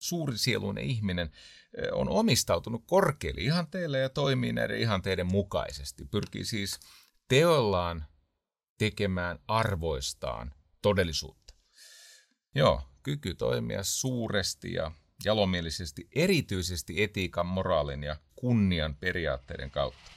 suurisieluinen ihminen on omistautunut korkeille ihanteille ja toimii näiden ihanteiden mukaisesti. Pyrkii siis teollaan tekemään arvoistaan todellisuutta. Joo, kyky toimia suuresti ja jalomielisesti, erityisesti etiikan, moraalin ja kunnian periaatteiden kautta.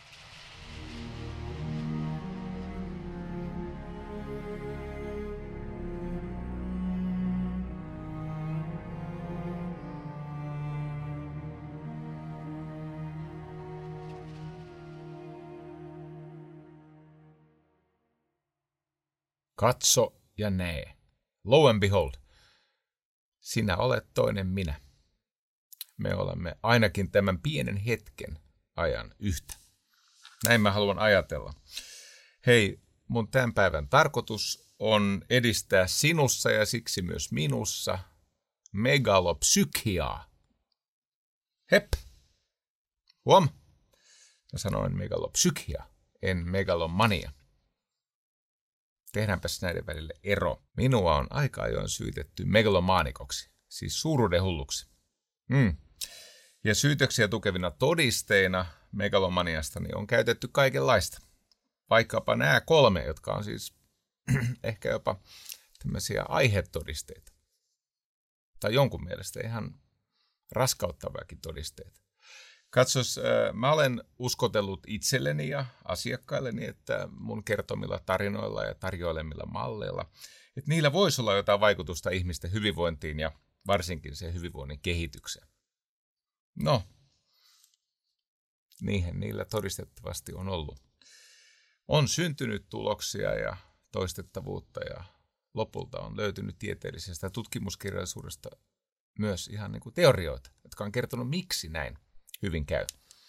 Katso ja näe. Lo and behold. Sinä olet toinen minä. Me olemme ainakin tämän pienen hetken ajan yhtä. Näin mä haluan ajatella. Hei, mun tämän päivän tarkoitus on edistää sinussa ja siksi myös minussa megalopsykiaa. Hep! Huom! Mä sanoin megalopsykia, en megalomania. Tehdäänpäs näiden välille ero. Minua on aika ajoin syytetty megalomaanikoksi, siis suuruuden hulluksi. Ja syytöksiä tukevina todisteina megalomaniastani on käytetty kaikenlaista. Vaikkapa nämä 3, jotka on siis ehkä jopa tämmöisiä aihetodisteita. Tai jonkun mielestä ihan raskauttavakin todisteita. Katsos, mä olen uskotellut itselleni ja asiakkailleni, että mun kertomilla tarinoilla ja tarjoilemilla malleilla, että niillä voisi olla jotain vaikutusta ihmisten hyvinvointiin ja varsinkin sen hyvinvoinnin kehitykseen. No, niinhän niillä todistettavasti on ollut. On syntynyt tuloksia ja toistettavuutta ja lopulta on löytynyt tieteellisestä tutkimuskirjallisuudesta myös ihan niin kuin teorioita, jotka on kertonut miksi näin hyvin käy.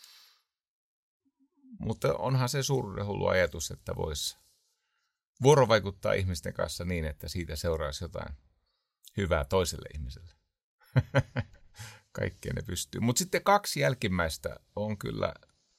Mutta onhan se suuruudenhullu ajatus, että voisi vuorovaikuttaa ihmisten kanssa niin, että siitä seuraisi jotain hyvää toiselle ihmiselle. Kaikkeen ne pystyy. Mutta sitten 2 jälkimmäistä on kyllä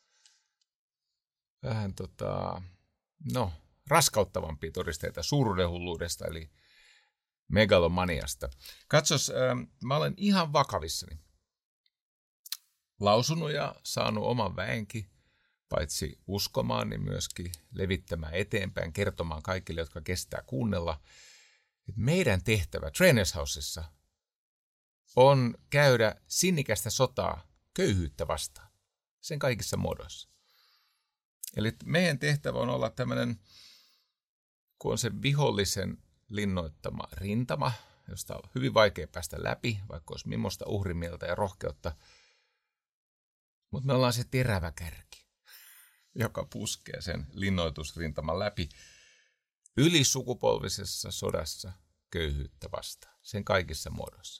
vähän raskauttavampia todisteita suuruudenhulluudesta, eli megalomaniasta. Katsos, mä olen ihan vakavissani lausunut ja saanut oman väenkin, paitsi uskomaan, niin myöskin levittämään eteenpäin, kertomaan kaikille, jotka kestää kuunnella, että meidän tehtävä Trainers Housessa on käydä sinnikästä sotaa köyhyyttä vastaan, sen kaikissa muodoissa. Eli meidän tehtävä on olla tämmöinen, kun on se vihollisen linnoittama rintama, josta on hyvin vaikea päästä läpi, vaikka olisi millaista uhrimieltä ja rohkeutta, mutta me ollaan se terävä kärki, joka puskee sen linnoitusrintaman läpi ylisukupolvisessa sodassa köyhyyttä vastaan, sen kaikissa muodoissa.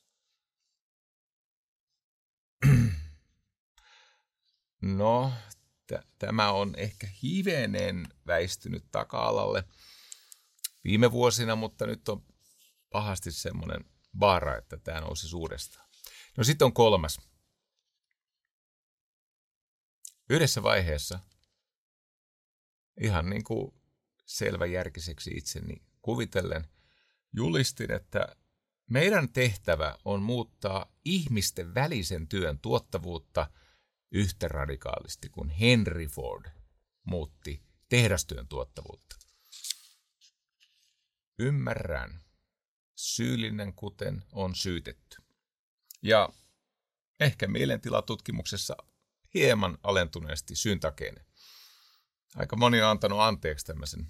No, tämä on ehkä hivenen väistynyt taka-alalle viime vuosina, mutta nyt on pahasti semmoinen vaara, että tämä nousi uudestaan. No sitten on 3. Yhdessä vaiheessa, ihan niin kuin selväjärkiseksi itseni kuvitellen, julistin, että meidän tehtävä on muuttaa ihmisten välisen työn tuottavuutta yhtä radikaalisti kuin Henry Ford muutti tehdastyön tuottavuutta. Ymmärrän, syyllinen kuten on syytetty. Ja ehkä mielentilatutkimuksessa hieman alentuneesti syyntakeinen. Aika moni on antanut anteeksi tämmöisen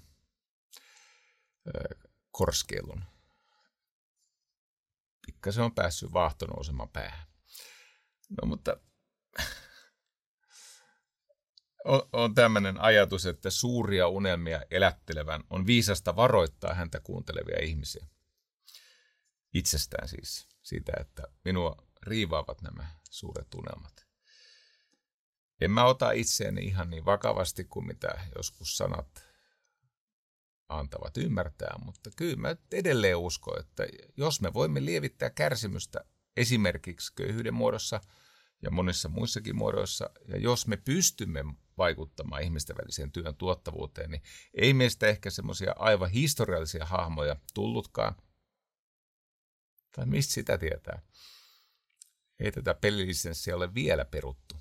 korskeilun. Pikkasen on päässyt vaahto nousemaan päähän. No mutta on tämmöinen ajatus, että suuria unelmia elättelevän on viisasta varoittaa häntä kuuntelevia ihmisiä. Itsestään siis siitä, että minua riivaavat nämä suuret unelmat. En mä ota itseäni ihan niin vakavasti kuin mitä joskus sanat antavat ymmärtää, mutta kyllä mä edelleen uskon, että jos me voimme lievittää kärsimystä esimerkiksi köyhyyden muodossa ja monissa muissakin muodoissa, ja jos me pystymme vaikuttamaan ihmisten väliseen työn tuottavuuteen, niin ei meistä ehkä semmoisia aivan historiallisia hahmoja tullutkaan. Tai mistä sitä tietää? Ei tätä pelilisenssiä ole vielä peruttu.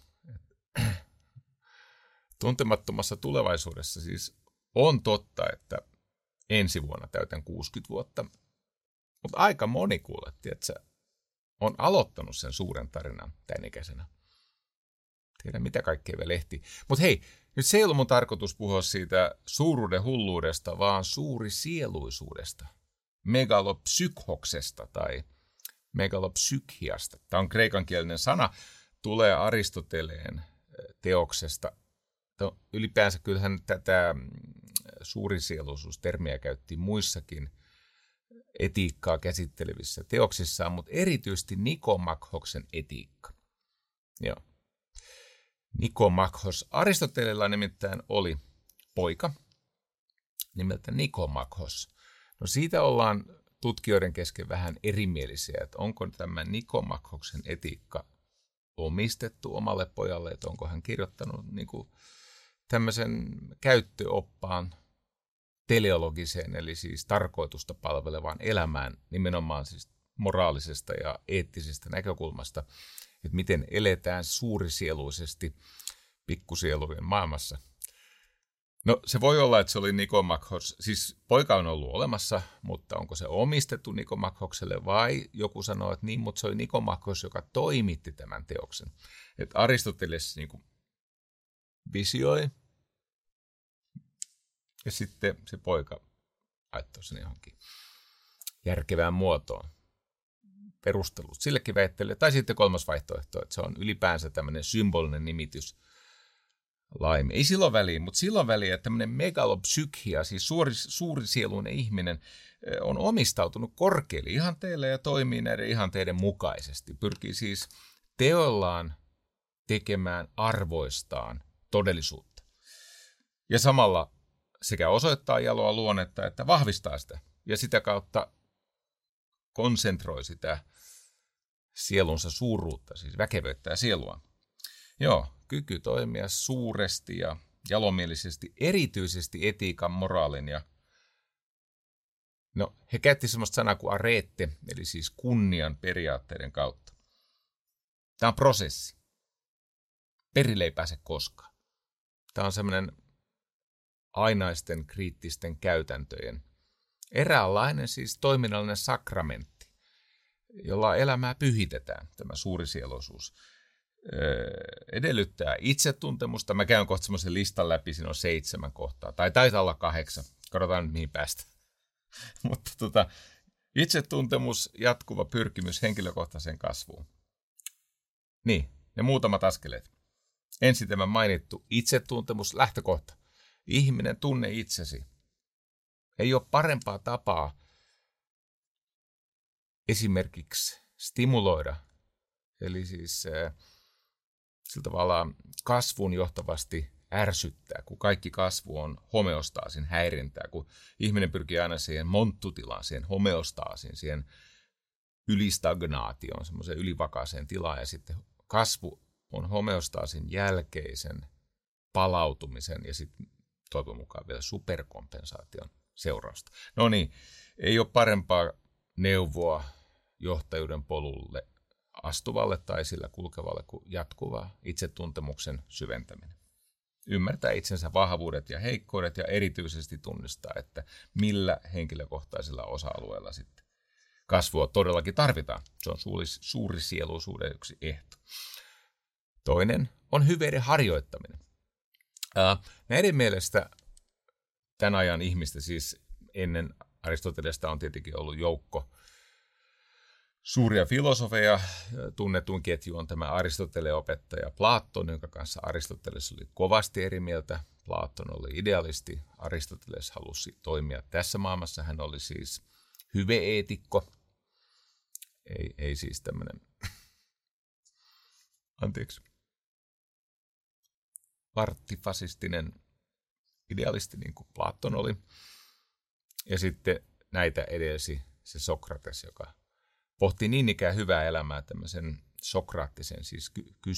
Tuntemattomassa tulevaisuudessa siis on totta, että ensi vuonna täytän 60 vuotta, mutta aika moni kuuletti, että on aloittanut sen suuren tarinan tämän ikäisenä. Tiedän mitä kaikkea vielä ehtii. Mutta hei, nyt se ei ollut mun tarkoitus puhua siitä suuruuden hulluudesta, vaan suurisieluisuudesta, megalopsykhoksesta tai megalopsykhiasta. Tämä on kreikankielinen sana, tulee Aristoteleen teoksesta. Ylipäänsä kyllähän tätä suurisieluisuustermiä käytti muissakin etiikkaa käsittelevissä teoksissaan, mutta erityisesti Nikomakhoksen etiikka. Joo. Nikomakhos. Aristotelella nimittäin oli poika nimeltä Nikomakhos. No siitä ollaan tutkijoiden kesken vähän erimielisiä, että onko tämä Nikomakhoksen etiikka omistettu omalle pojalle, että onko hän kirjoittanut niin kuin tämmöisen käyttöoppaan teleologiseen, eli siis tarkoitusta palvelevaan elämään nimenomaan siis moraalisesta ja eettisestä näkökulmasta, että miten eletään suurisieluisesti pikkusielujen maailmassa. No se voi olla, että se oli Nikomakhos, siis poika on ollut olemassa, mutta onko se omistettu Nikomakhokselle vai joku sanoo, että niin, mutta se oli Nikomakhos, joka toimitti tämän teoksen. Että Aristoteles niin kuin visioi ja sitten se poika laittoi sen johonkin järkevään muotoon. Perustelut sillekin väittelee. Tai sitten kolmas vaihtoehto, että se on ylipäänsä tämmöinen symbolinen nimitys. Laimi. Ei silloin väliä, mutta silloin väliä, että tämmöinen megalopsykhia, siis suurisieluinen ihminen, on omistautunut korkeille ihanteille ja toimii näiden ihanteiden mukaisesti. Pyrkii siis teollaan tekemään arvoistaan todellisuutta. Ja samalla sekä osoittaa jaloa luonnetta että vahvistaa sitä. Ja sitä kautta konsentroi sitä sielunsa suuruutta, siis väkevöittää sielua. Joo, kyky toimia suuresti ja jalomielisesti, erityisesti etiikan, moraalin ja no, he käytti semmoista sanaa kuin arete, eli siis kunnian periaatteiden kautta. Tämä on prosessi. Perille ei pääse koskaan. Tämä on semmoinen ainaisten kriittisten käytäntöjen eräänlainen siis toiminnallinen sakramentti, jolla elämää pyhitetään, tämä suurisieluisuus. Edellyttää itsetuntemusta. Mä käyn kohta semmoisen listan läpi, siinä on 7 kohtaa, tai taitaa olla 8. Katsotaan nyt mihin päästä. Mutta itsetuntemus, jatkuva pyrkimys henkilökohtaiseen kasvuun. Niin, ne muutamat askeleet. Ensin tämä mainittu itsetuntemus, lähtökohta. Ihminen, tunne itsesi. Ei ole parempaa tapaa esimerkiksi stimuloida, eli siis sillä tavalla kasvun johtavasti ärsyttää, kun kaikki kasvu on homeostaasin häirintää, kun ihminen pyrkii aina siihen monttutilaan, siihen homeostaasiin, siihen ylistagnaatioon, semmoiseen ylivakaaseen tilaan, ja sitten kasvu on homeostaasin jälkeisen palautumisen ja sitten toivon mukaan vielä superkompensaation seurausta. No niin, ei ole parempaa neuvoa johtajuuden polulle astuvalle tai sillä kulkevalle kuin jatkuvaa itsetuntemuksen syventäminen. Ymmärtää itsensä vahvuudet ja heikkoudet ja erityisesti tunnistaa, että millä henkilökohtaisilla osa-alueilla sitten kasvua todellakin tarvitaan. Se on suurisieluisuuden yksi ehto. Toinen on hyveiden harjoittaminen. Näiden mielestä tämän ajan ihmistä, siis ennen Aristotelesta on tietenkin ollut joukko suuria filosofeja. Tunnetuin ketju on tämä Aristoteleen opettaja Platon, jonka kanssa Aristoteles oli kovasti eri mieltä. Platon oli idealisti. Aristoteles halusi toimia tässä maailmassa. Hän oli siis hyveeetikko. Ei siis tämmöinen, varttifasistinen idealisti, niin kuin Platon oli. Ja sitten näitä edelsi se Sokrates, joka pohti niin ikään hyvää elämää tämmöisen sokraattisen, siis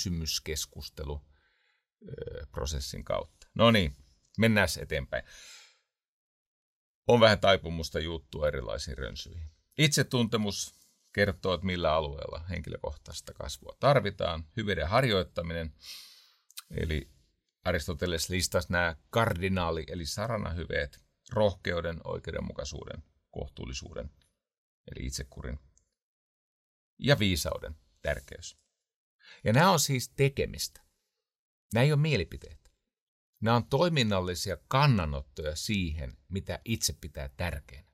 kysymyskeskusteluprosessin kautta. No niin, mennään eteenpäin. On vähän taipumusta juuttua erilaisiin rönsyihin. Itsetuntemus kertoo, että millä alueella henkilökohtaista kasvua tarvitaan. Hyvyyden harjoittaminen, eli Aristoteles listasi nämä kardinaali- eli saranahyveet, rohkeuden, oikeudenmukaisuuden, kohtuullisuuden, eli itsekurin, ja viisauden tärkeys. Ja nämä on siis tekemistä. Nämä ei ole mielipiteitä. Nämä on toiminnallisia kannanottoja siihen, mitä itse pitää tärkeänä.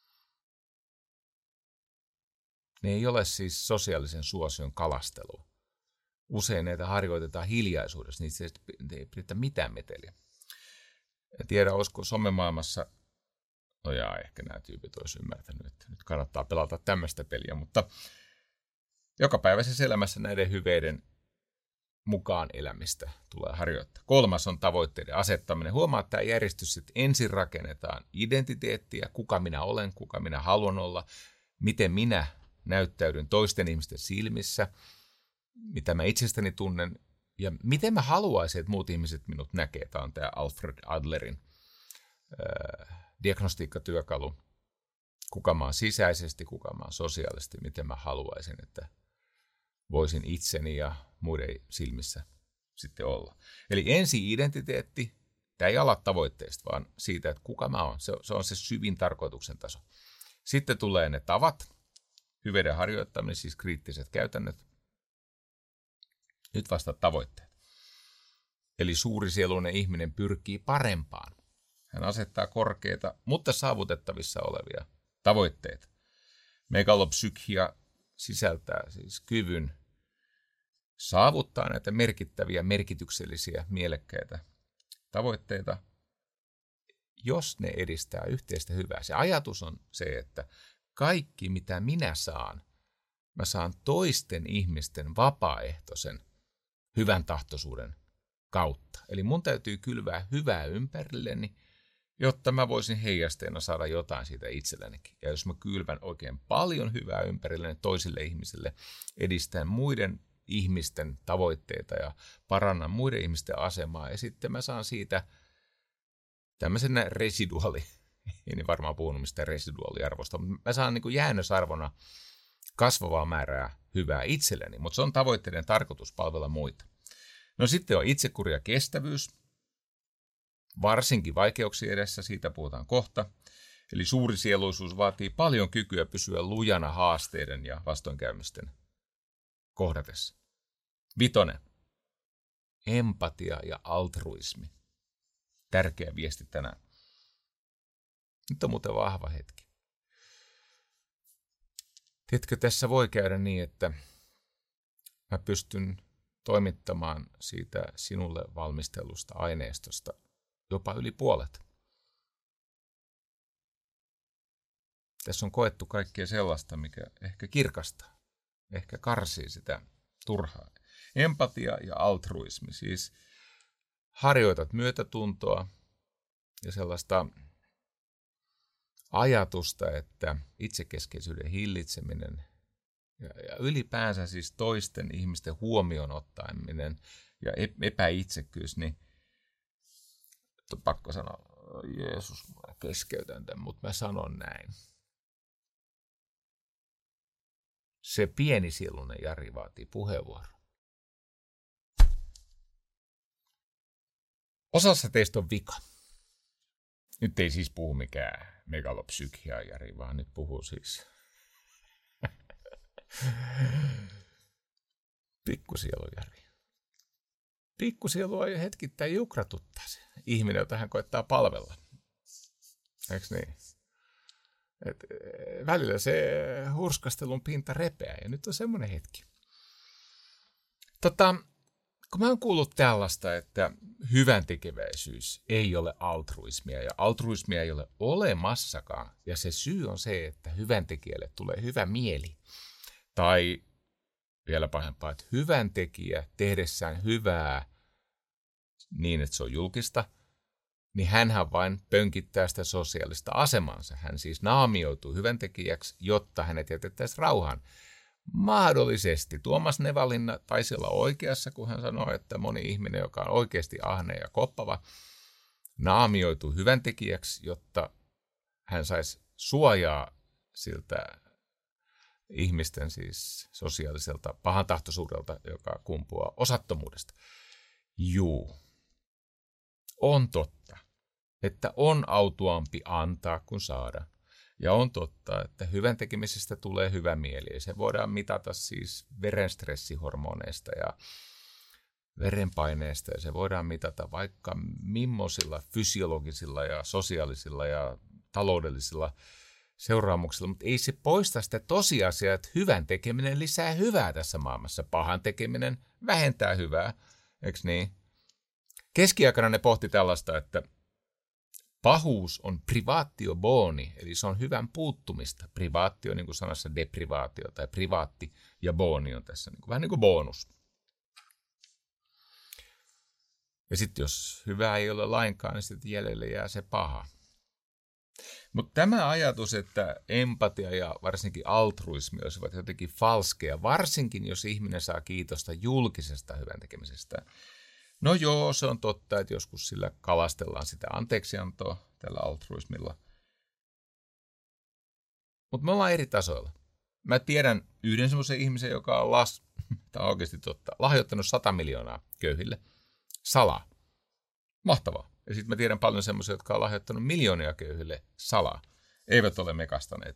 Ne ei ole siis sosiaalisen suosion kalastelua. Usein näitä harjoitetaan hiljaisuudessa, niitä ei pidetä mitään meteliä. En tiedä, olisiko somemaailmassa, ehkä nämä tyypit olisi ymmärtänyt, että nyt kannattaa pelata tämmöistä peliä, mutta jokapäiväisessä elämässä näiden hyveiden mukaan elämistä tulee harjoittaa. 3. on tavoitteiden asettaminen. Huomaa, että tämä järjestys, että ensin rakennetaan identiteettiä, kuka minä olen, kuka minä haluan olla, miten minä näyttäydyn toisten ihmisten silmissä, mitä mä itsestäni tunnen ja miten mä haluaisin, että muut ihmiset minut näkee. Tämä on tämä Alfred Adlerin diagnostiikkatyökalu. Kuka mä oon sisäisesti, kuka mä oon sosiaalisesti, miten mä haluaisin, että voisin itseni ja muiden silmissä sitten olla. Eli ensin identiteetti, tämä ei ala tavoitteesta, vaan siitä, että kuka mä oon. Se on se syvin tarkoituksen taso. Sitten tulee ne tavat, hyvyyden harjoittaminen, siis kriittiset käytännöt. Nyt vasta tavoitteet. Eli suurisieluinen ihminen pyrkii parempaan. Hän asettaa korkeita, mutta saavutettavissa olevia tavoitteita. Megalopsykia sisältää siis kyvyn saavuttaa näitä merkittäviä, merkityksellisiä, mielekkäitä tavoitteita, jos ne edistää yhteistä hyvää. Se ajatus on se, että kaikki mitä minä saan toisten ihmisten vapaaehtoisen hyvän tahtoisuuden kautta. Eli mun täytyy kylvää hyvää ympärilleni, jotta mä voisin heijasteena saada jotain siitä itsellenikin. Ja jos mä kylvän oikein paljon hyvää ympärilleni toisille ihmisille, edistän muiden ihmisten tavoitteita ja parannan muiden ihmisten asemaa, ja sitten mä saan siitä tämmöisen residuaali, en varmaan puhunut mistään residuaaliarvosta, mutta mä saan niin kuin jäännösarvona kasvavaa määrää hyvää itselleni, mutta se on tavoitteiden tarkoitus palvella muita. No sitten on itsekuri ja kestävyys, varsinkin vaikeuksien edessä, siitä puhutaan kohta. Eli suurisieluisuus vaatii paljon kykyä pysyä lujana haasteiden ja vastoinkäymisten kohdatessa. 5. Empatia ja altruismi. Tärkeä viesti tänään. Nyt on muuten vahva hetki. Tiedätkö, tässä voi käydä niin, että mä pystyn toimittamaan siitä sinulle valmistelusta aineistosta jopa yli puolet. Tässä on koettu kaikkea sellaista, mikä ehkä kirkastaa, ehkä karsii sitä turhaa. Empatia ja altruismi, siis harjoitat myötätuntoa ja sellaista ajatusta, että itsekeskeisyyden hillitseminen ja ylipäänsä siis toisten ihmisten huomioon ottaminen ja epäitsekkyys, niin on pakko sanoa, Jeesus, mä keskeytän tämän, mutta mä sanon näin. Se pienisieluinen Jari vaatii puheenvuoron. Osassa teistä on vika. Nyt ei siis puhu mikään megalopsykia Jari, vaan nyt puhuu siis pikkusielu Jari. Pikkusielu on hetkittäin jukratuttaa se ihminen, jota hän koettaa palvella. Eikö niin? Et välillä se hurskastelun pinta repeää ja nyt on semmoinen hetki. Kun mä oon kuullut tällaista, että hyvän tekeväisyys ei ole altruismia ja altruismia ei ole olemassakaan ja se syy on se, että hyvän tekijälle tulee hyvä mieli. Tai vielä pahempaa, että hyvän tekijä tehdessään hyvää niin, että se on julkista, niin hänhän vain pönkittää sitä sosiaalista asemansa. Hän siis naamioituu hyvän tekijäksi, jotta hänet jätettäisiin rauhaan. Mahdollisesti Tuomas Nevalinna taisi olla oikeassa, kun hän sanoi, että moni ihminen, joka on oikeasti ahne ja koppava, naamioituu hyvän tekijäksi, jotta hän saisi suojaa siltä ihmisten siis sosiaaliselta pahantahtoisuudelta, joka kumpuaa osattomuudesta. Juu, on totta, että on autuampi antaa kuin saada. Ja on totta, että hyvän tekemisestä tulee hyvä mieli. Ja se voidaan mitata siis verenstressihormoneista ja verenpaineesta. Ja se voidaan mitata vaikka millaisilla fysiologisilla ja sosiaalisilla ja taloudellisilla seuraamuksilla. Mutta ei se poista sitä tosiasiaa, että hyvän tekeminen lisää hyvää tässä maailmassa. Pahan tekeminen vähentää hyvää. Eikö niin? Keskiaikana ne pohti tällaista, että pahuus on privatio boni, eli se on hyvän puuttumista. Privaatio niin kuin sanassa deprivaatio tai privaatti ja boni on tässä vähän niin kuin bonus. Ja sitten jos hyvää ei ole lainkaan, niin sitten jäljelle jää se paha. Mutta tämä ajatus, että empatia ja varsinkin altruismi olisivat jotenkin falskeja, varsinkin jos ihminen saa kiitosta julkisesta hyvän tekemisestä. No joo, se on totta, että joskus sillä kalastellaan sitä anteeksiantoa tällä altruismilla. Mutta me ollaan eri tasoilla. Mä tiedän yhden semmoisen ihmisen, joka on tämä on oikeasti totta, lahjoittanut 100 miljoonaa köyhille salaa. Mahtavaa. Ja sitten mä tiedän paljon semmoisia, jotka on lahjoittanut miljoonia köyhille salaa. Eivät ole mekastaneet.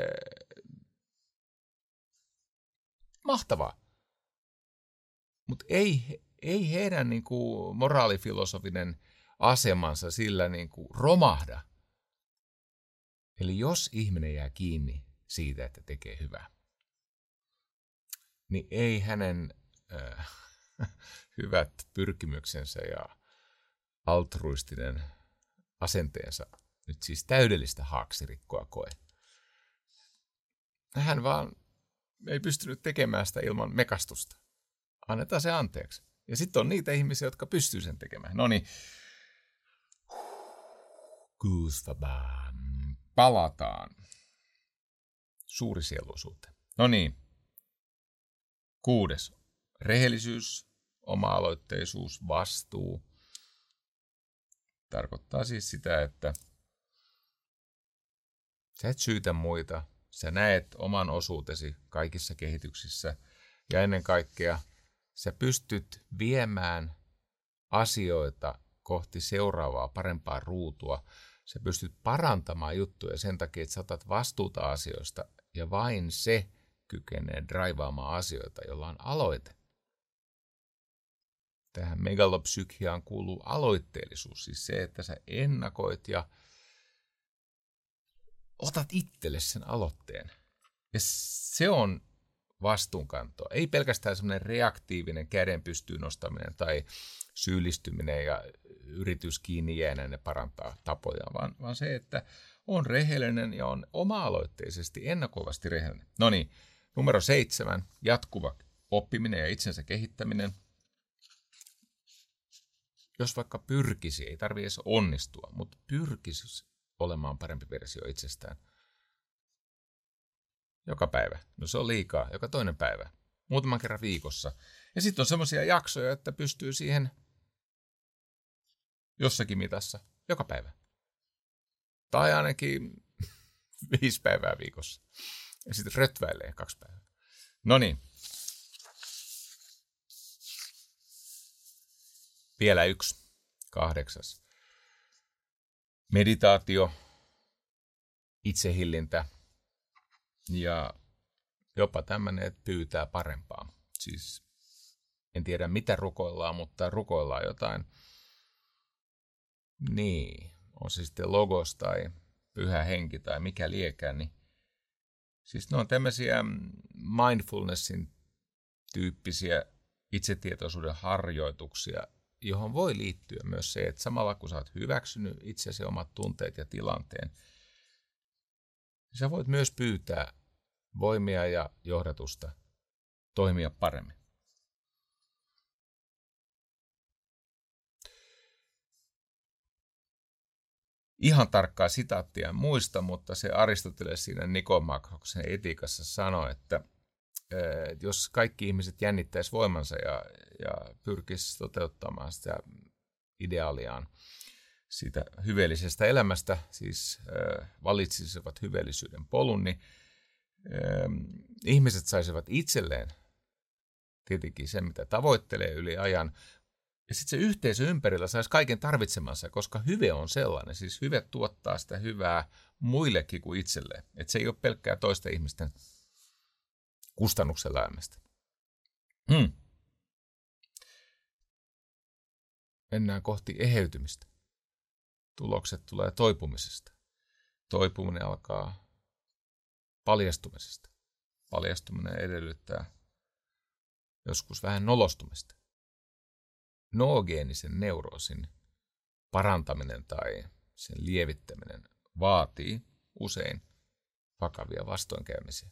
Mahtavaa. Mutta ei heidän niinku moraalifilosofinen asemansa sillä niinku romahda. Eli jos ihminen jää kiinni siitä, että tekee hyvää, niin ei hänen hyvät pyrkimyksensä ja altruistinen asenteensa nyt siis täydellistä haaksirikkoa koe. Hän vaan ei pystynyt tekemään sitä ilman mekastusta. Annetaan se anteeksi. Ja sitten on niitä ihmisiä, jotka pystyy sen tekemään. No niin. Palataan suurisieluisuuteen. No niin. 6. Rehellisyys, oma-aloitteisuus, vastuu. Tarkoittaa siis sitä, että sä et syytä muita. Sä näet oman osuutesi kaikissa kehityksissä. Ja ennen kaikkea sä pystyt viemään asioita kohti seuraavaa parempaa ruutua. Sä pystyt parantamaan juttuja sen takia, että sä otat vastuuta asioista ja vain se kykenee draivaamaan asioita, jolla on aloite. Tähän megalopsykiaan kuuluu aloitteellisuus, siis se, että sä ennakoit ja otat itselle sen aloitteen. Ja se on vastuunkantoa. Ei pelkästään semmoinen reaktiivinen käden pystyyn nostaminen tai syyllistyminen ja yritys kiinni jääneen parantaa tapoja, vaan se, että on rehellinen ja on oma-aloitteisesti, ennakoivasti rehellinen. No niin, numero 7, jatkuva oppiminen ja itsensä kehittäminen. Jos vaikka pyrkisi, ei tarvitse edes onnistua, mutta pyrkisi olemaan parempi versio itsestään. Joka päivä. No se on liikaa. Joka toinen päivä. Muutaman kerran viikossa. Ja sitten on semmoisia jaksoja, että pystyy siihen jossakin mitassa joka päivä. Tai ainakin 5 päivää viikossa. Ja sitten rötväilee 2 päivää. No niin. Vielä 1. 8. Meditaatio, itsehillintä ja jopa tämmöinen, että pyytää parempaa. Siis en tiedä mitä rukoillaan, mutta rukoillaan jotain. Niin, on se sitten logos tai pyhä henki tai mikä liekään. Niin. Siis ne on tämmöisiä mindfulnessin tyyppisiä itsetietoisuuden harjoituksia, johon voi liittyä myös se, että samalla kun sä oot hyväksynyt itsesi omat tunteet ja tilanteen, sä voit myös pyytää voimia ja johdatusta toimia paremmin. Ihan tarkkaa sitaattia en muista, mutta se Aristoteles siinä Nikomakhoksen etiikassa sanoi, että jos kaikki ihmiset jännittäisi voimansa ja pyrkisi toteuttamaan sitä ideaaliaan siitä hyveellisestä elämästä, siis valitsisivat hyveellisyyden polun, niin ihmiset saisivat itselleen tietenkin sen, mitä tavoittelee yli ajan, ja sitten se yhteisö ympärillä saisi kaiken tarvitsemansa, koska hyve on sellainen. Siis hyve tuottaa sitä hyvää muillekin kuin itselleen. Että se ei ole pelkkää toisten ihmisten kustannuksella elämästä. Mennään kohti eheytymistä. Tulokset tulee toipumisesta. Toipuminen alkaa paljastumisesta. Paljastuminen edellyttää joskus vähän nolostumista. Noogeenisen neuroosin parantaminen tai sen lievittäminen vaatii usein vakavia vastoinkäymisiä.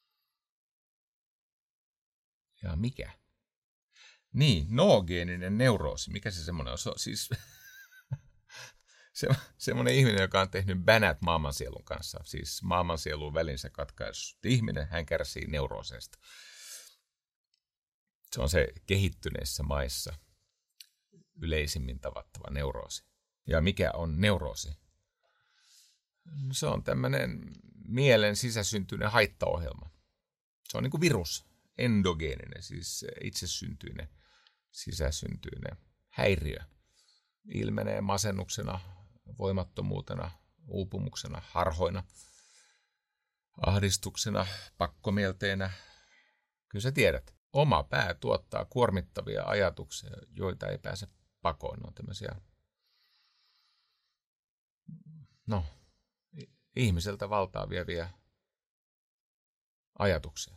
Ja mikä? Niin, noogeeninen neuroosi. Mikä se semmoinen on? Se on siis semmoinen ihminen, joka on tehnyt bänät maailmansielun kanssa. Siis maailmansielun välinsä katkaissut ihminen, hän kärsii neurooseista. Se on se kehittyneissä maissa yleisimmin tavattava neuroosi. Ja mikä on neuroosi? Se on tämmöinen mielen sisäsyntyinen haittaohjelma. Se on niin kuin virus, endogeeninen, siis itsesyntyinen, sisäsyntyinen häiriö. Ilmenee masennuksena, voimattomuutena, uupumuksena, harhoina, ahdistuksena, pakkomielteenä. Kyllä sä tiedät. Oma pää tuottaa kuormittavia ajatuksia, joita ei pääse pakoon. Ne on tämmöisiä, ihmiseltä valtaa vieviä ajatuksia.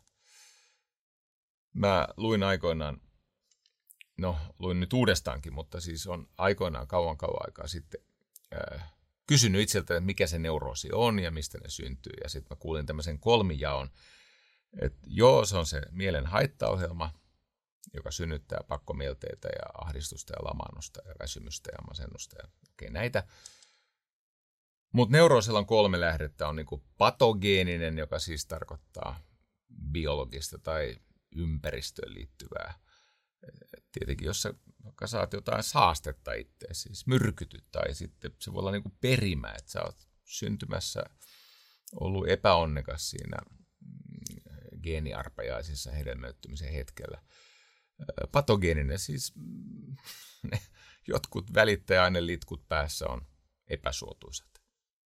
Mä luin aikoinaan, luin nyt uudestaankin, mutta siis on aikoinaan kauan aikaa sitten kysynyt itseltä, että mikä se neuroosi on ja mistä ne syntyy. Ja sitten mä kuulin tämmöisen kolmijaon, että se on se mielen haittaohjelma, joka synnyttää pakkomielteitä ja ahdistusta ja lamaannusta ja väsymystä ja masennusta ja näitä. Mutta neuroosilla on 3 lähdettä. On niinku patogeeninen, joka siis tarkoittaa biologista tai ympäristöön liittyvää. Tietenkin jos sä vaikka saat jotain saastetta itse, siis myrkytyt, tai sitten se voi olla niinku perimä, että sä oot syntymässä ollut epäonnekas siinä geeniarpajaisissa hedelmöittymisen hetkellä. Patogeeninen, siis jotkut välittäjäainelitkut päässä on epäsuotuisat.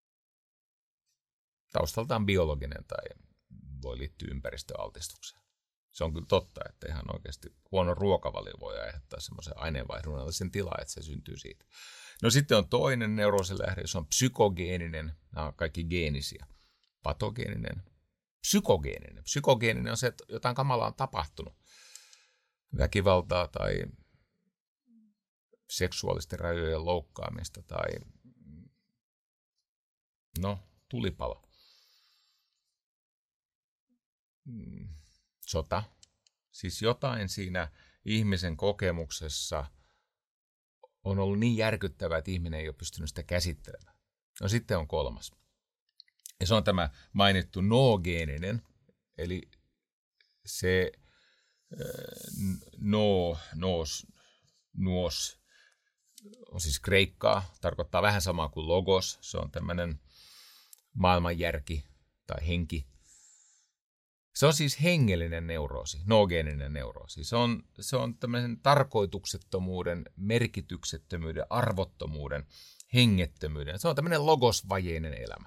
Taustaltaan biologinen tai voi liittyä ympäristöaltistukseen. Se on kyllä totta, että ihan oikeasti huono ruokavalio voi aiheuttaa semmoisen aineenvaihdunnallisen tilaa, että se syntyy siitä. No sitten on toinen neuroosilähde, se on psykogeeninen. Nämä on kaikki geenisiä. Patogeeninen. Psykogeeninen. Psykogeeninen on se, että jotain kamalaa on tapahtunut. Väkivaltaa tai seksuaalisten rajojen loukkaamista tai tulipalo. Sota. Siis jotain siinä ihmisen kokemuksessa on ollut niin järkyttävää, että ihminen ei ole pystynyt sitä käsittelemään. No sitten on 3. Ja se on tämä mainittu noogeeninen, eli se noos on siis kreikkaa, tarkoittaa vähän samaa kuin logos. Se on tämmöinen maailmanjärki tai henki. Se on siis hengellinen neuroosi, noogeeninen neuroosi. Se on tämmöisen tarkoituksettomuuden, merkityksettömyyden, arvottomuuden, hengettömyyden. Se on tämmöinen logosvajeinen elämä.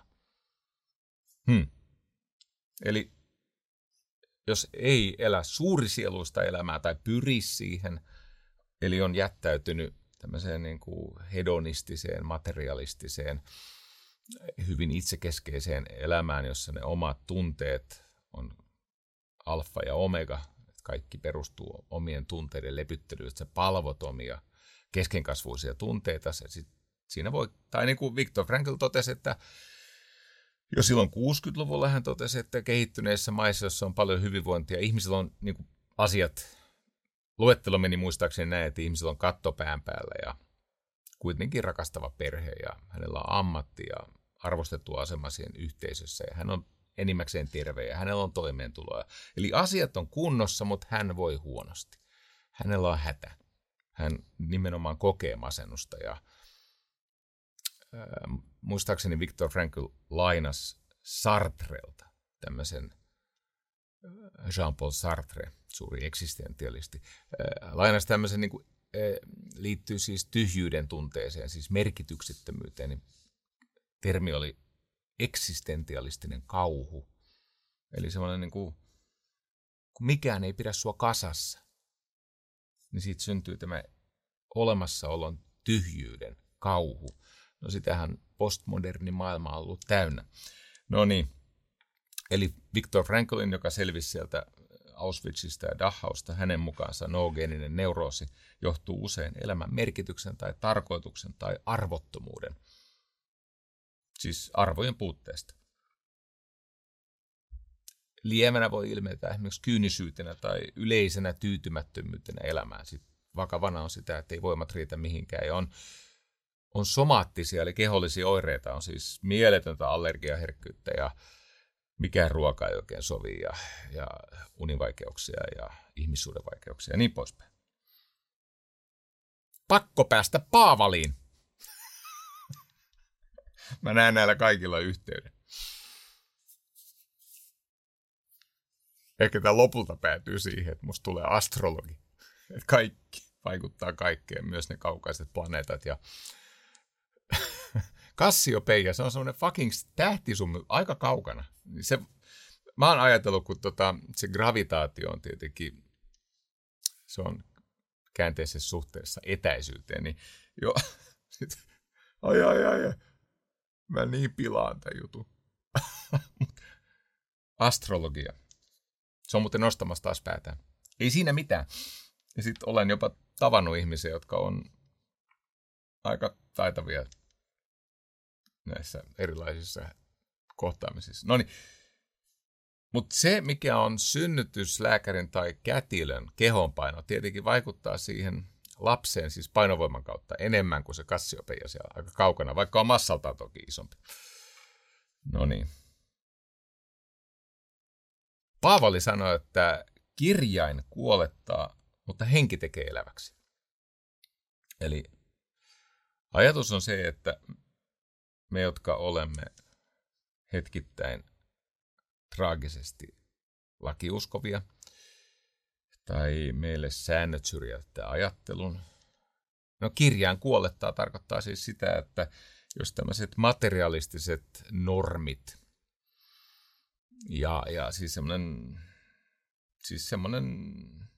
Eli jos ei elä suurisieluista elämää tai pyri siihen, eli on jättäytynyt tämmöiseen niin kuin hedonistiseen, materialistiseen, hyvin itsekeskeiseen elämään, jossa ne omat tunteet on alfa ja omega, että kaikki perustuu omien tunteiden lepyttelyyn, että sä palvot omia keskenkasvuisia tunteita. Siinä voi, tai niin kuin Viktor Frankl totesi, että jo silloin 60-luvulla hän totesi, että kehittyneissä maissa, joissa on paljon hyvinvointia, ihmisillä on niin kuin asiat, luettelo meni muistaakseni näin, että ihmisillä on katto pään päällä ja kuitenkin rakastava perhe ja hänellä on ammatti ja arvostettu asema siinä yhteisössä ja hän on enimmäkseen terve ja hänellä on toimeentuloa. Eli asiat on kunnossa, mutta hän voi huonosti. Hänellä on hätä. Hän nimenomaan kokee masennusta ja muistaakseni Viktor Frankl lainasi Sartrelta tämmöisen Jean-Paul Sartre, suuri eksistentialisti, lainasi tämmöisen, niin kuin, liittyy siis tyhjyyden tunteeseen, siis merkityksettömyyteen, niin termi oli eksistentialistinen kauhu. Eli semmoinen, niin kuin, kun mikään ei pidä sua kasassa, niin siitä syntyy tämä olemassaolon tyhjyyden kauhu. No sitähän postmoderni maailma on ollut täynnä. No niin, eli Viktor Franklin, joka selvisi sieltä Auschwitzista ja Dachausta, hänen mukaansa noogeeninen neuroosi johtuu usein elämän merkityksen tai tarkoituksen tai arvottomuuden, siis arvojen puutteesta. Lievänä voi ilmetä esimerkiksi kyynisyytenä tai yleisenä tyytymättömyytenä elämään. Sitten vakavana on sitä, että ei voimat riitä mihinkään. Ja on somaattisia eli kehollisia oireita, on siis mieletöntä allergiaherkkyyttä ja mikään ruoka ei oikein sovi ja univaikeuksia ja ihmissuhdevaikeuksia ja niin poispäin. Pakko päästä Paavaliin. Mä näen näillä kaikilla yhteyden. Ehkä tämä lopulta päätyy siihen, että musta tulee astrologi. Että kaikki vaikuttaa kaikkeen, myös ne kaukaiset planeetat. Ja Kassiopeia, se on semmoinen fucking tähtisummi aika kaukana. Mä oon ajatellut, kun se gravitaatio on tietenkin, se on käänteisessä suhteessa etäisyyteen, niin joo, ai, mä niin pilaan tämän jutun. Astrologia. Se on muuten nostamassa taas päätään. Ei siinä mitään. Ja sitten olen jopa tavannut ihmisiä, jotka on aika taitavia näissä erilaisissa kohtaamisissa. No niin. Mutta se, mikä on synnytyslääkärin tai kätilön kehonpaino, tietenkin vaikuttaa siihen lapseen, siis painovoiman kautta enemmän kuin se Kassiopeia siellä aika kaukana, vaikka on massaltaan toki isompi. No niin. Paavali sanoi, että kirjain kuolettaa, mutta henki tekee eläväksi. Eli ajatus on se, että me, jotka olemme hetkittäin traagisesti lakiuskovia, tai meille säännöt syrjäyttää ajattelun. No kirjain kuolettaa tarkoittaa siis sitä, että jos tämmöiset materialistiset normit ja siis semmoinen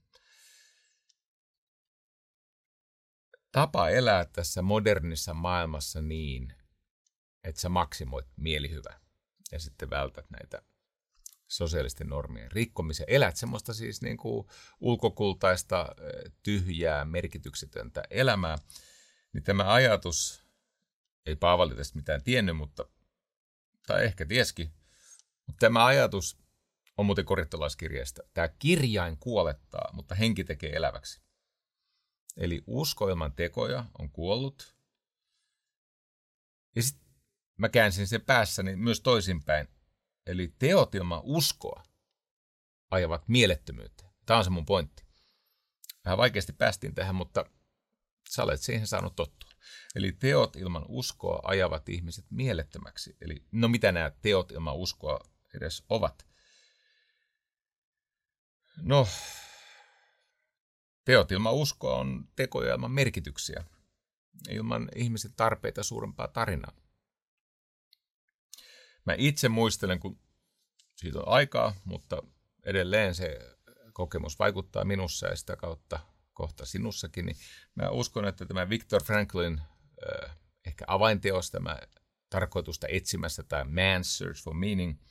tapa elää tässä modernissa maailmassa niin, että sä maksimoit mielihyvä ja sitten vältät näitä sosiaalisten normien rikkomisia. Elät semmoista siis niin kuin ulkokultaista, tyhjää, merkityksetöntä elämää. Niin tämä ajatus, ei Paavali tästä mitään tiennyt, tai ehkä tieskin, mutta tämä ajatus on muuten korintolaiskirjeestä. Tämä kirjain kuolettaa, mutta henki tekee eläväksi. Eli usko ilman tekoja on kuollut. Ja sitten mä käänsin sen päässäni myös toisinpäin. Eli teot ilman uskoa ajavat mielettömyyteen. Tämä on se mun pointti. Vähän vaikeasti päästiin tähän, mutta sä olet siihen saanut tottua. Eli teot ilman uskoa ajavat ihmiset mielettömäksi. Eli no mitä nämä teot ilman uskoa edes ovat? No, teot ilman uskoa on tekoja ilman merkityksiä. Ilman ihmisen tarpeita suurempaa tarinaa. Mä itse muistelen, kun siitä on aikaa, mutta edelleen se kokemus vaikuttaa minussa ja sitä kautta kohta sinussakin, niin mä uskon, että tämä Viktor Franklin ehkä avainteos, tämä tarkoitusta etsimässä tai Man's Search for Meaning,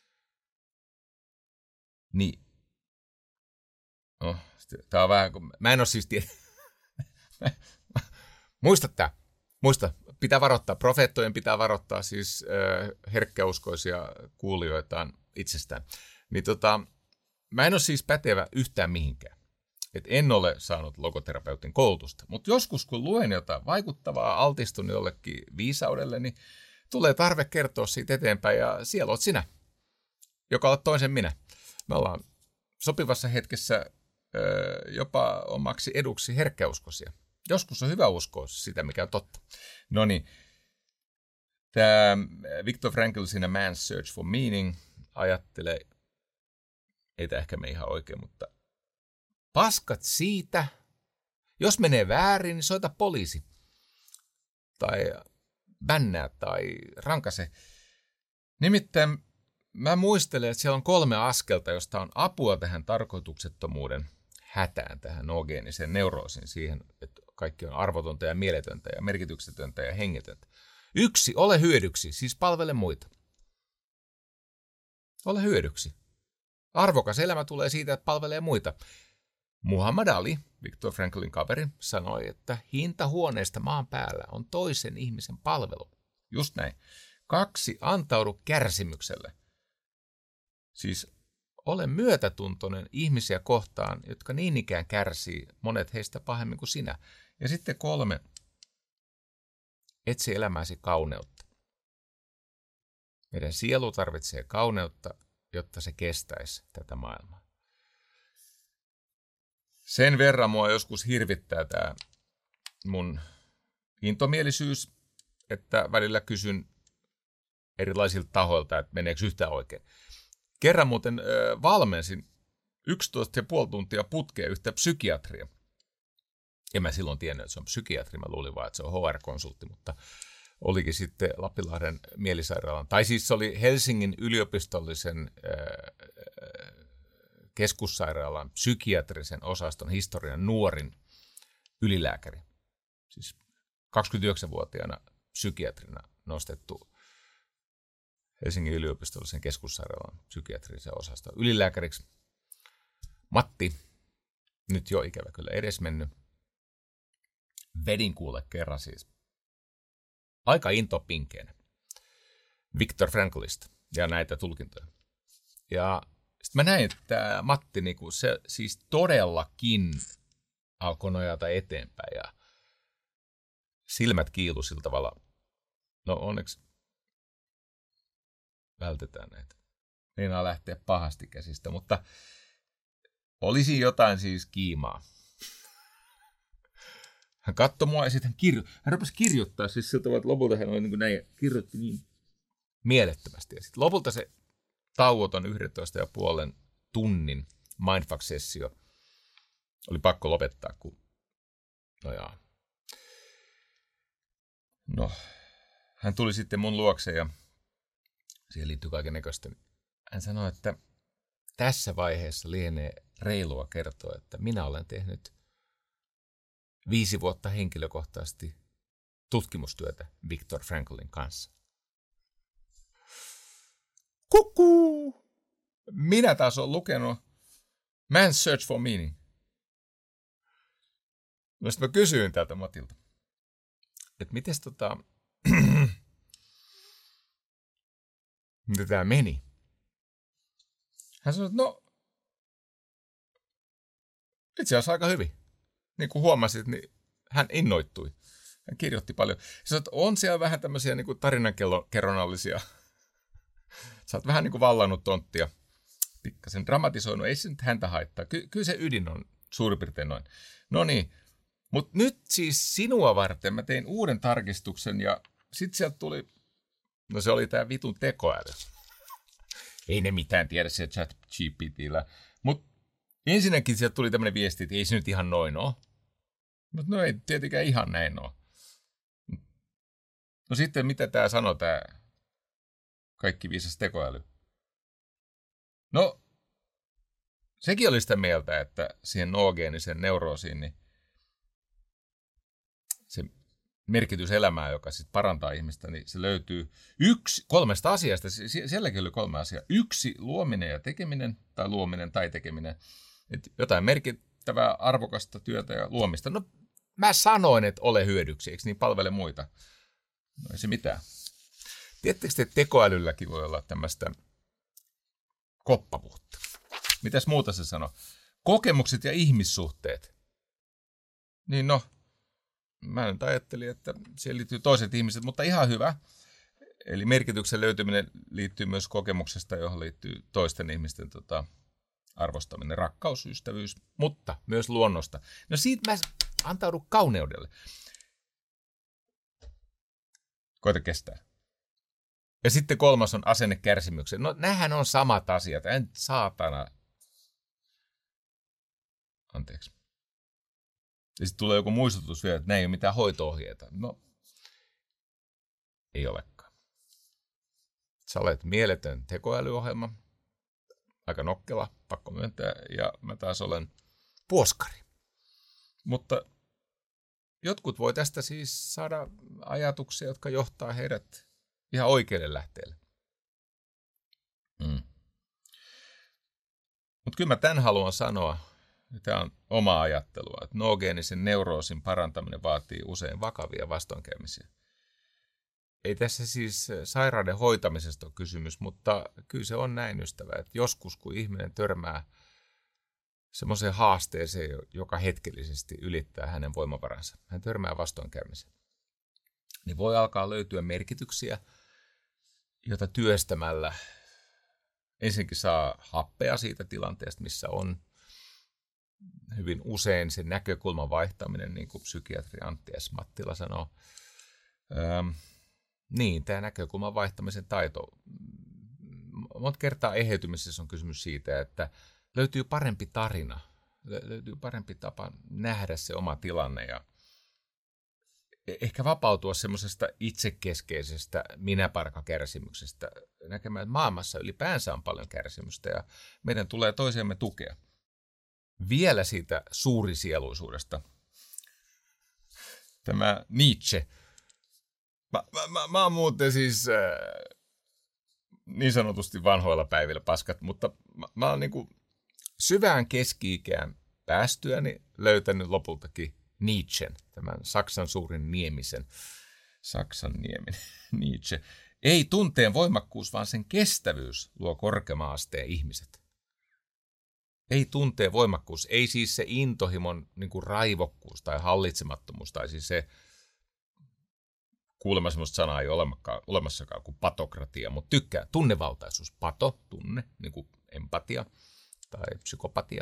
niin tää on vähän, mä en ole siis muista, pitää varoittaa, profeettojen pitää varoittaa siis herkkäuskoisia kuulijoitaan itsestään. Niin mä en ole siis pätevä yhtään mihinkään. Et en ole saanut logoterapeutin koulutusta, mutta joskus kun luen jotain vaikuttavaa, altistun jollekin viisaudelle, niin tulee tarve kertoa siitä eteenpäin ja siellä oot sinä, joka olet toisen minä. Me ollaan sopivassa hetkessä jopa omaksi eduksi herkkäuskoisia. Joskus on hyvä uskoa sitä, mikä on totta. No niin, tämä Viktor Frankl siinä Man's Search for Meaning ajattelee ei tämä ehkä mene ihan oikein, mutta paskat siitä, jos menee väärin, niin soita poliisi. Tai bännää tai rankase. Nimittäin mä muistelen, että siellä on 3 askelta, josta on apua tähän tarkoituksettomuuden hätään, tähän noogeeniseen neuroosiin, siihen, että kaikki on arvotonta ja mieletöntä ja merkityksetöntä ja hengetöntä. 1, ole hyödyksi, siis palvele muita. Ole hyödyksi. Arvokas elämä tulee siitä, että palvelee muita. Muhammad Ali, Viktor Franklin kaveri, sanoi, että hinta huoneesta maan päällä on toisen ihmisen palvelu. Just näin. 2, antaudu kärsimykselle. Siis ole myötätuntoinen ihmisiä kohtaan, jotka niin ikään kärsii, monet heistä pahemmin kuin sinä. Ja sitten 3, etsi elämääsi kauneutta. Meidän sielu tarvitsee kauneutta, jotta se kestäisi tätä maailmaa. Sen verran mua joskus hirvittää tämä mun intomielisyys, että välillä kysyn erilaisilta tahoilta, että meneekö yhtään oikein. Kerran muuten valmensin 11,5 tuntia putkeen yhtä psykiatria. En mä silloin tiennyt, että se on psykiatri, mä luulin vaan, että se on HR-konsultti, mutta olikin sitten Lapinlahden mielisairaalan. Tai siis se oli Helsingin yliopistollisen keskussairaalan psykiatrisen osaston historian nuorin ylilääkäri. Siis 29-vuotiaana psykiatrina nostettu Helsingin yliopistollisen keskussairaalan psykiatrisen osaston ylilääkäriksi. Matti, nyt jo ikävä kyllä edesmennyt. Vedin kuule kerran siis aika intopinkeenä Viktor Franklista ja näitä tulkintoja. Ja sitten mä näin, että Matti niinku, se siis todellakin alkoi nojata eteenpäin ja silmät kiilu sillä tavalla. No onneksi vältetään näitä. Meinaa lähteä pahasti käsistä, mutta olisi jotain siis kiimaa. Hän katsoi mua ja sitten hän rupesi kirjoittaa siis sillä tavalla, että lopulta hän oli niin kuin näin, kirjoitti niin mielettömästi. Ja sitten lopulta se tauoton 11,5 tunnin mindfuck-sessio oli pakko lopettaa, kun hän tuli sitten mun luokse ja siihen liittyy kaikennäköistä. Hän sanoi, että tässä vaiheessa lienee reilua kertoa, että minä olen tehnyt 5 vuotta henkilökohtaisesti tutkimustyötä Viktor Franklin kanssa. Kukkuu! Minä taas olen lukenut Man's Search for Meaning. No sitten mä kysyin tältä Matilta, että mites miten tämä meni? Hän sanoi, että no, itse asiassa aika hyvin. Niin kuin huomasit, niin hän innoittui. Hän kirjoitti paljon. Sanoi, että on siellä vähän tämmöisiä niin kuin tarinankerronnallisia. Sä oot vähän niin kuin vallannut tonttia. Pikkasen dramatisoinut. Ei se nyt häntä haittaa. Kyllä se ydin on suurin piirtein noin. No niin. Mutta nyt siis sinua varten mä tein uuden tarkistuksen ja sitten sieltä tuli, no se oli tää vitun tekoäly. Ei ne mitään tiedä se ChatGPT:llä. Mutta ensinnäkin sieltä tuli tämmöinen viesti, että ei se nyt ihan noin ole. Mutta no ei tietenkään ihan näin ole. No sitten mitä tää sanoo tää kaikki viisas tekoäly? No, sekin oli sitä mieltä, että siihen noogeeniseen neuroosiin, niin se merkitys elämää, joka sitten parantaa ihmistä, niin se löytyy 3 asiasta. Sielläkin oli 3 asiaa. 1, luominen ja tekeminen, tai luominen tai tekeminen. Et jotain merkittävää, arvokasta työtä ja luomista. No, mä sanoin, että ole hyödyksi, eikö niin palvele muita? No ei se mitään. Tiedättekö te, että tekoälylläkin voi olla tämmöistä koppavuutta? Mitäs muuta se sanoo? Kokemukset ja ihmissuhteet. Niin no, mä nyt ajattelin, että siihen liittyy toiset ihmiset, mutta ihan hyvä. Eli merkityksen löytyminen liittyy myös kokemuksesta, johon liittyy toisten ihmisten arvostaminen, rakkaus, ystävyys, mutta myös luonnosta. No siitä mä antaudun kauneudelle. Koita kestää. Ja sitten 3 on asenne kärsimykseen. No nämähän on samat asiat. En saatana Anteeksi. Ja sitten tulee joku muistutus vielä, että näin ei ole mitään hoito-ohjeita. No, ei olekaan. Sä olet mieletön tekoälyohjelma, aika nokkela, pakko myöntää, ja mä taas olen puoskari. Mutta jotkut voi tästä siis saada ajatuksia, jotka johtaa heidät ihan oikealle lähteelle. Mutta kyllä mä tämän haluan sanoa, ja tämä on oma ajattelua, että noogeenisen neuroosin parantaminen vaatii usein vakavia vastoinkäymisiä. Ei tässä siis sairauden hoitamisesta ole kysymys, mutta kyllä se on näin, ystävä, että joskus kun ihminen törmää semmoiseen haasteeseen, joka hetkellisesti ylittää hänen voimavaransa, hän törmää vastoinkäymiseen, niin voi alkaa löytyä merkityksiä, joita työstämällä ensinnäkin saa happea siitä tilanteesta, missä on. Hyvin usein se näkökulman vaihtaminen, niin kuin psykiatri Antti S. Mattila sanoo. Niin, tämä näkökulman vaihtamisen taito. Monta kertaa eheytymisessä on kysymys siitä, että löytyy parempi tarina, löytyy parempi tapa nähdä se oma tilanne ja ehkä vapautua semmoisesta itsekeskeisestä minäparkakärsimyksestä, näkemään, että maailmassa ylipäänsä on paljon kärsimystä ja meidän tulee toisiamme tukea. Vielä siitä suurisieluisuudesta. Tämä Nietzsche. Mä oon muuten siis niin sanotusti vanhoilla päivillä paskat, mutta mä oon niinku syvään keski-ikään päästyäni löytänyt lopultakin Nietzschen, tämän Saksan suurin niemisen. Saksan nieminen, Nietzsche. Ei tunteen voimakkuus, vaan sen kestävyys luo korkeamman asteen ihmiset. Ei tunteen voimakkuus, ei siis se intohimon niin kuin raivokkuus tai hallitsemattomuus, tai siis se, kuulemma sellaista sanaa ei ole olemassakaan kuin patokratia, mutta tykkää tunnevaltaisuus, pato, tunne, niin kuin empatia tai psykopatia.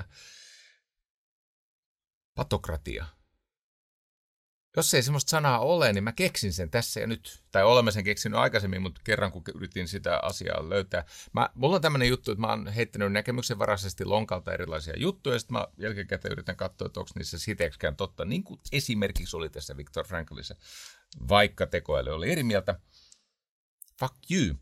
Patokratia. Jos ei semmoista sanaa ole, niin mä keksin sen tässä ja nyt. Tai olemme sen keksinyt aikaisemmin, mutta kerran kun yritin sitä asiaa löytää. Mulla on tämmöinen juttu, että mä oon heittänyt näkemyksenvaraisesti lonkalta erilaisia juttuja, ja sitten mä jälkikäteen yritän katsoa, että onko niissä siteeksikään totta. Niin kuin esimerkiksi oli tässä Viktor Franklissa, vaikka tekoäly oli eri mieltä. Fuck you.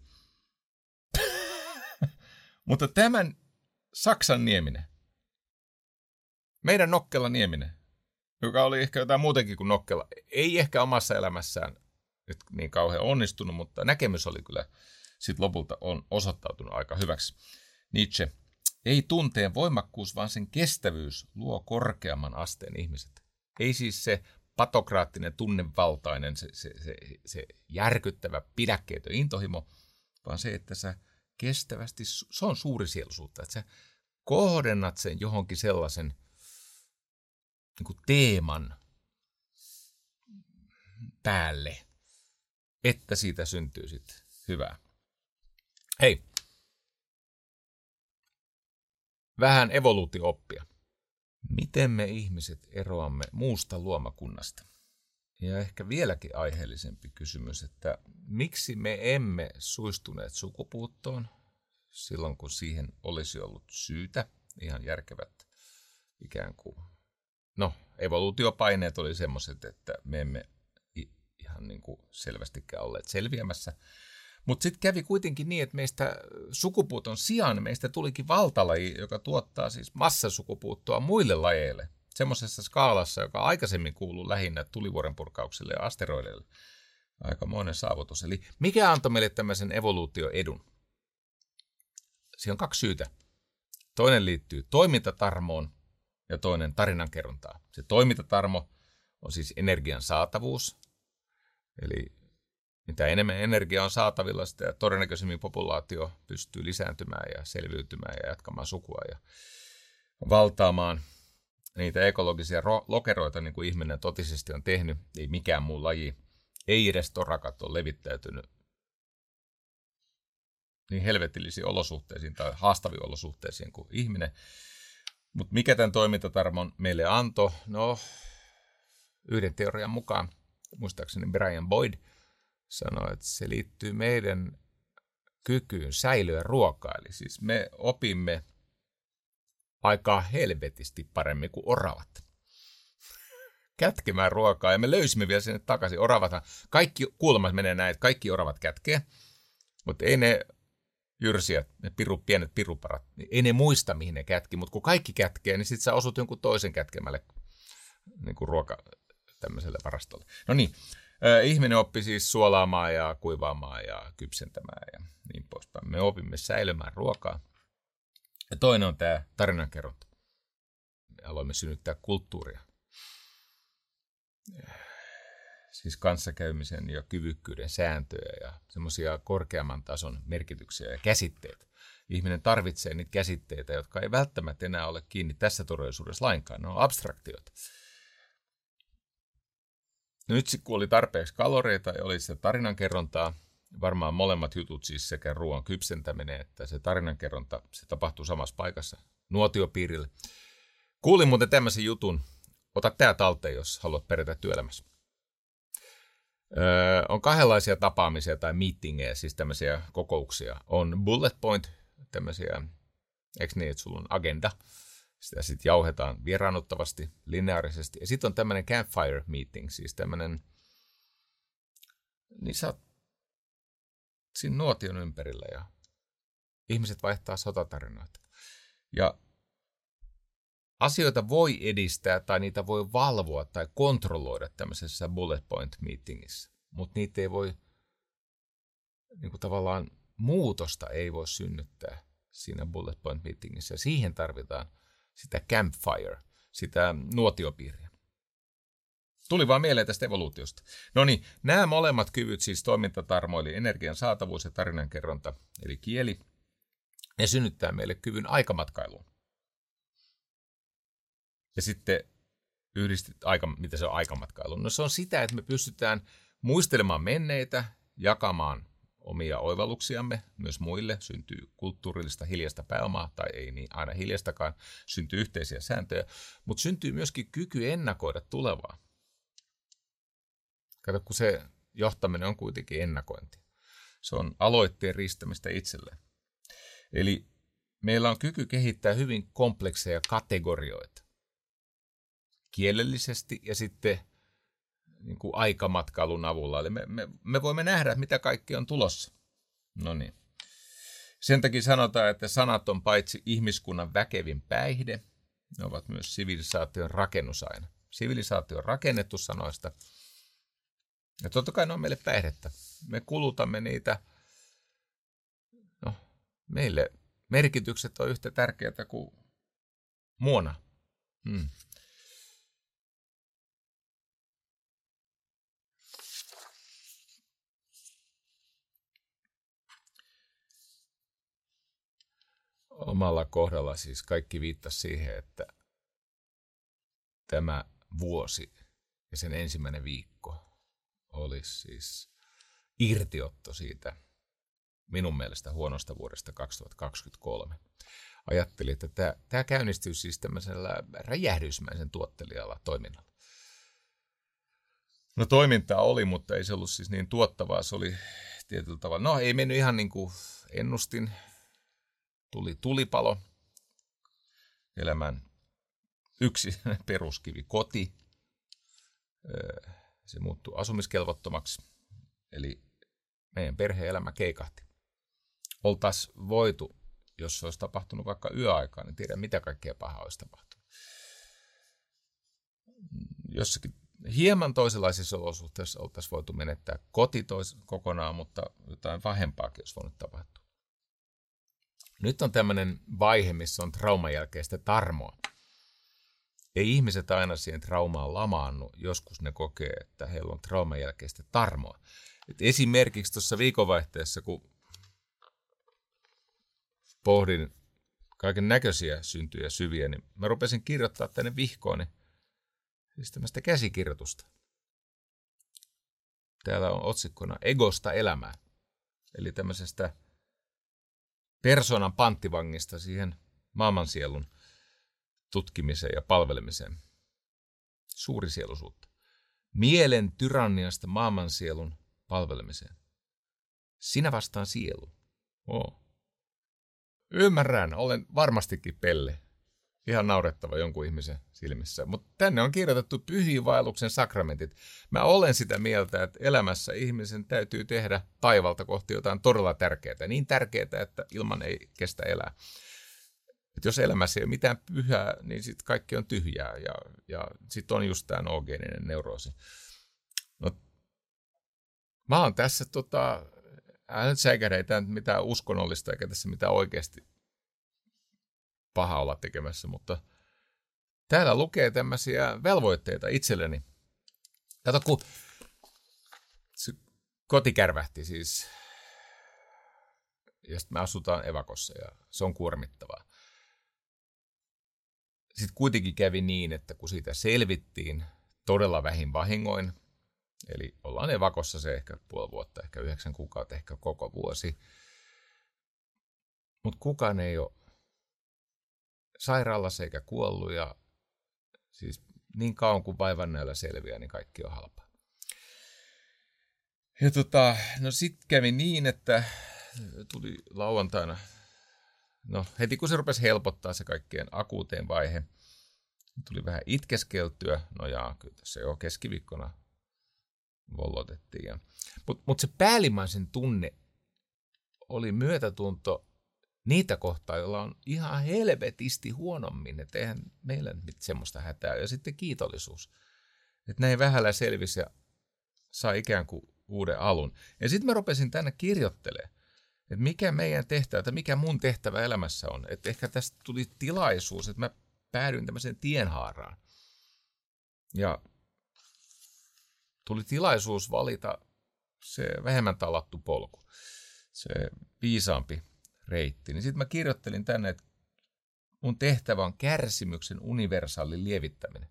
Mutta tämän Saksan nieminen, meidän nokkela nieminen, joka oli ehkä jotain muutenkin kuin nokkela, ei ehkä omassa elämässään nyt niin kauhean onnistunut, mutta näkemys oli kyllä sitten lopulta on osoittautunut aika hyväksi. Nietzsche, ei tunteen voimakkuus, vaan sen kestävyys luo korkeamman asteen ihmiset. Ei siis se patokraattinen, tunnevaltainen, se järkyttävä, pidäkkeetön intohimo, vaan se, että sä kestävästi, se on suurisieluisuutta, että sä kohdennat sen johonkin sellaisen niin kuin teeman päälle, että siitä syntyy sitten hyvää. Hei, vähän evoluutio-oppia. Miten me ihmiset eroamme muusta luomakunnasta? Ja ehkä vieläkin aiheellisempi kysymys, että miksi me emme suistuneet sukupuuttoon silloin, kun siihen olisi ollut syytä, ihan järkevät ikään kuin. No, evoluutiopaineet oli semmoiset, että me emme ihan niin kuin selvästikään olleet selviämässä. Mutta sitten kävi kuitenkin niin, että meistä sukupuuton sijaan meistä tulikin valtalaji, joka tuottaa siis massasukupuuttoa muille lajeille. Semmoisessa skaalassa, joka aikaisemmin kuului lähinnä tulivuorenpurkauksille ja asteroideille. Aikamoinen saavutus. Eli mikä antoi meille tämmöisen evoluutioedun? Siinä on 2 syytä. Toinen liittyy toimintatarmoon ja toinen tarinankerrontaan. Se toimintatarmo on siis energian saatavuus. Eli mitä enemmän energiaa on saatavilla, sitä todennäköisemmin populaatio pystyy lisääntymään ja selviytymään ja jatkamaan sukua ja valtaamaan niitä ekologisia lokeroita, niin kuin ihminen totisesti on tehnyt. Ei mikään muu laji, ei edes torakat ole levittäytynyt niin helvetillisiin olosuhteisiin tai haastaviin olosuhteisiin kuin ihminen. Mutta mikä tämän toimintatarmon meille antoi? No, yhden teorian mukaan, muistaakseni Brian Boyd sanoi, että se liittyy meidän kykyyn säilyä ruokaa. Eli siis me opimme aikaa helvetisti paremmin kuin oravat. Kätkemään ruokaa ja me löysimme vielä sinne takaisin. Oravathan, kaikki kuulemat menee näin, että kaikki oravat kätkee, mutta ei ne jyrsijät, ne pienet piruparat, niin ei ne muista mihin ne kätki, mutta kun kaikki kätkee, niin sitten sä osut jonkun toisen kätkemälle niin kuin ruoka tämmöiselle varastolle. No niin, ihminen oppi siis suolaamaan ja kuivaamaan ja kypsentämään ja niin poispäin. Me opimme säilymään ruokaa. Ja toinen on tämä tarinankerronta. Me aloimme synnyttää kulttuuria. Siis kanssakäymisen ja kyvykkyyden sääntöjä ja semmoisia korkeamman tason merkityksiä ja käsitteitä. Ihminen tarvitsee niitä käsitteitä, jotka ei välttämättä enää ole kiinni tässä todellisuudessa lainkaan. Ne on abstraktioita. Nyt kun oli tarpeeksi kaloreita ja oli sitä tarinankerrontaa, varmaan molemmat jutut, siis sekä ruoan kypsentäminen että se tarinankerronta, se tapahtuu samassa paikassa, nuotiopiirillä. Kuulin muuten tämmöisen jutun, ota tää talteen, jos haluat pärjätä työelämässä. On kahdenlaisia tapaamisia tai meetingejä, siis tämmöisiä kokouksia. On bullet point, tämmöisiä, eikö niin, että sulla on agenda, sitä sitten jauhetaan vieraannuttavasti, lineaarisesti. Ja sitten on tämmöinen campfire meeting, siis tämmöinen, niin sä oot siinä nuotion ympärillä ja ihmiset vaihtaa sotatarinoita. Ja asioita voi edistää tai niitä voi valvoa tai kontrolloida tämmöisessä bullet point meetingissä, mutta niitä ei voi, niin kuin tavallaan muutosta ei voi synnyttää siinä bullet point meetingissä. Ja siihen tarvitaan sitä campfire, sitä nuotiopiiriä. Tuli vaan mieleen tästä evoluutiosta. No niin, nämä molemmat kyvyt, siis toimintatarmo, eli energian saatavuus ja tarinankerronta, eli kieli, ne synnyttää meille kyvyn aikamatkailuun. Ja sitten mitä se on aikamatkailu? No se on sitä, että me pystytään muistelemaan menneitä, jakamaan omia oivalluksiamme myös muille. Syntyy kulttuurillista hiljaista pääomaa, tai ei niin aina hiljaistakaan, syntyy yhteisiä sääntöjä, mutta syntyy myöskin kyky ennakoida tulevaa. Kato, kun se johtaminen on kuitenkin ennakointi. Se on aloitteen riistämistä itselleen. Eli meillä on kyky kehittää hyvin komplekseja kategorioita. Kielellisesti ja sitten niin kuin aikamatkailun avulla. Eli me voimme nähdä, mitä kaikki on tulossa. No niin. Sen takia sanotaan, että sanat on paitsi ihmiskunnan väkevin päihde, ne ovat myös sivilisaation rakennusaine. Sivilisaatio on rakennettu sanoista. Ja totta kai ne on meille päihdettä. Me kulutamme niitä. No, meille merkitykset on yhtä tärkeitä kuin muona. Omalla kohdalla siis kaikki viittasi siihen, että tämä vuosi ja sen ensimmäinen viikko olisi siis irtiotto siitä minun mielestä huonosta vuodesta 2023. Ajattelin, että tämä käynnistyy siis tämmöisellä räjähdysmäisen tuottelijalla toiminnalla. No toimintaa oli, mutta ei se ollut siis niin tuottavaa. Se oli tietyllä tavalla, no ei mennyt ihan niin kuin ennustin. Tuli tulipalo, elämän yksi peruskivi, koti. Se muuttui asumiskelvottomaksi, eli meidän perhe-elämä keikahti. Oltaisiin voitu, jos se olisi tapahtunut vaikka yöaikaan, niin tiedän mitä kaikkea pahaa olisi tapahtunut. Jossakin hieman toisenlaisissa olosuhteissa oltaisiin voitu menettää koti kokonaan, mutta jotain pahempaakin olisi voinut tapahtua. Nyt on tämmöinen vaihe, missä on trauman jälkeistä tarmoa. Ei ihmiset aina siihen traumaan lamaannu. Joskus ne kokee, että heillä on trauman jälkeistä tarmoa. Et esimerkiksi tuossa viikonvaihteessa, kun pohdin kaiken näköisiä syntyjä syviä, niin mä rupesin kirjoittaa tänne vihkooni siis tämmöistä käsikirjoitusta. Täällä on otsikkona Egosta elämään. Eli tämmöisestä persoonan panttivangista siihen maailmansielun tutkimiseen ja palvelemiseen. Suurisieluisuutta. Mielen tyranniasta maailmansielun palvelemiseen. Sinä vastaan sielu. Ymmärrän, olen varmastikin pelle. Ihan naurettava jonkun ihmisen silmissä. Mutta tänne on kirjoitettu pyhiinvaelluksen sakramentit. Mä olen sitä mieltä, että elämässä ihmisen täytyy tehdä taivalta kohti jotain todella tärkeää. Niin tärkeää, että ilman ei kestä elää. Et jos elämässä ei ole mitään pyhää, niin sitten kaikki on tyhjää. Ja sitten on just tämä noogeeninen neuroosi. No, mä oon tässä, nyt säikähdä, ei tämä mitään uskonnollista eikä tässä mitään oikeasti paha olla tekemässä, mutta täällä lukee tämmöisiä velvoitteita itselleni. Kato, kun koti kärvähti siis, ja sitten me asutaan evakossa ja se on kuormittavaa. Sitten kuitenkin kävi niin, että kun siitä selvittiin todella vähin vahingoin, eli ollaan evakossa se ehkä puoli vuotta, ehkä 9 kuukautta, ehkä koko vuosi, mutta kukaan ei ole sairaalassa eikä kuollut, ja siis niin kauan kuin vaivannäöllä selviää, niin kaikki on halpaa. Ja no sitten kävi niin, että tuli lauantaina, no heti kun se rupesi helpottaa se kaikkien akuuteen vaihe, tuli vähän itkeskeltyä, no jaa, kyllä se jo keskiviikkona vollotettiin. Mutta se päällimmäisen tunne oli myötätunto niitä kohtaa, joilla on ihan helvetisti huonommin, että eihän meillä nyt semmoista hätää. Ja sitten kiitollisuus, että näin vähällä selvisi ja sai ikään kuin uuden alun. Ja sitten mä rupesin tänne kirjoittelemaan, että mikä meidän tehtävä, tai mikä mun tehtävä elämässä on. Että ehkä tästä tuli tilaisuus, että mä päädyin tämmöiseen tienhaaraan. Ja tuli tilaisuus valita se vähemmän talattu polku, se viisaampi reitti. Niin sitten mä kirjoittelin tänne, että mun tehtävä on kärsimyksen universaali lievittäminen.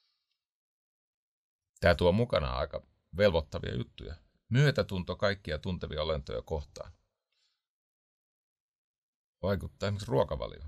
Tämä tuo mukana aika velvoittavia juttuja. Myötätunto kaikkia tuntevia olentoja kohtaan. Vaikuttaa esimerkiksi ruokavalioon.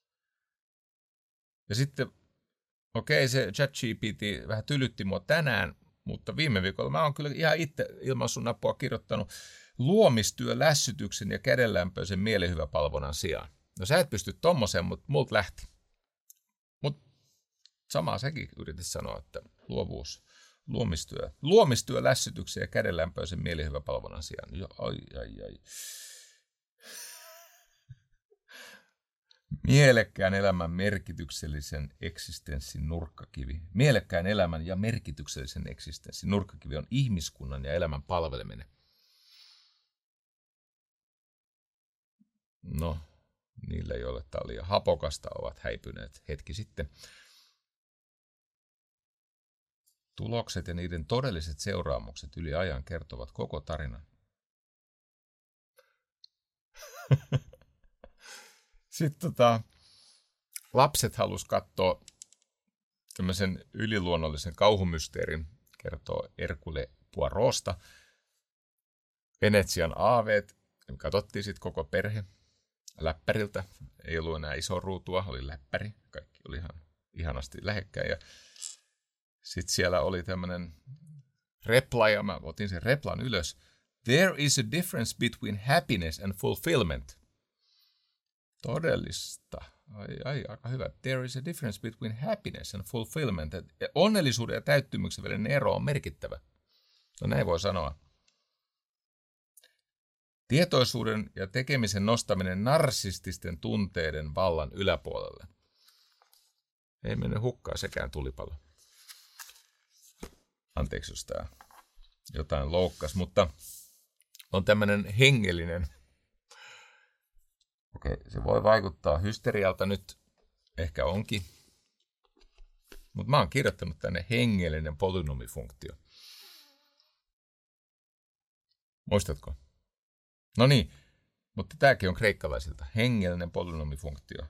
Ja sitten, se ChatGPT vähän tylytti mua tänään, mutta viime viikolla mä oon kyllä ihan itse ilman sun apua kirjoittanut luomistyö lässytyksen ja kädenlämpöisen mielihyväpalvonnan sijaan. No sä et pysty tommoseen, mutta multa lähti. Mutta samaa sekin yritin sanoa, että luomistyö lässytyksen ja kädenlämpöisen mielihyväpalvonnan sijaan. Ai. Mielekkään elämän merkityksellisen eksistenssin nurkkakivi. Mielekkään elämän ja merkityksellisen eksistenssin nurkkakivi on ihmiskunnan ja elämän palveleminen. No, niille, joille tämä oli hapokasta, ovat häipyneet hetki sitten. Tulokset ja niiden todelliset seuraamukset yli ajan kertovat koko tarinan. Sitten lapset halusi katsoa tämmöisen yliluonnollisen kauhumysteerin, kertoo Hercule Poirotsta. Venetsian aaveet, katsottiin sitten koko perhe läppäriltä. Ei ollut enää iso ruutua, oli läppäri. Kaikki oli ihan ihanasti lähekkäin. Ja sitten siellä oli tämmöinen repla, ja mä otin sen replan ylös. There is a difference between happiness and fulfillment. Todellista. Aika hyvä. There is a difference between happiness and fulfillment. Onnellisuuden ja täyttymyksen välinen ero on merkittävä. No näin voi sanoa. Tietoisuuden ja tekemisen nostaminen narsististen tunteiden vallan yläpuolelle. Ei mene hukkaan sekään tulipalo. Anteeksi, jos tämä jotain loukkas, mutta on tämmöinen hengellinen. Okei, se voi vaikuttaa hysterialta nyt, ehkä onkin. Mutta mä oon kirjoittanut tänne hengellinen polynomifunktio. Muistatko? No niin, mutta tämäkin on kreikkalaisilta. Hengellinen polynomifunktio.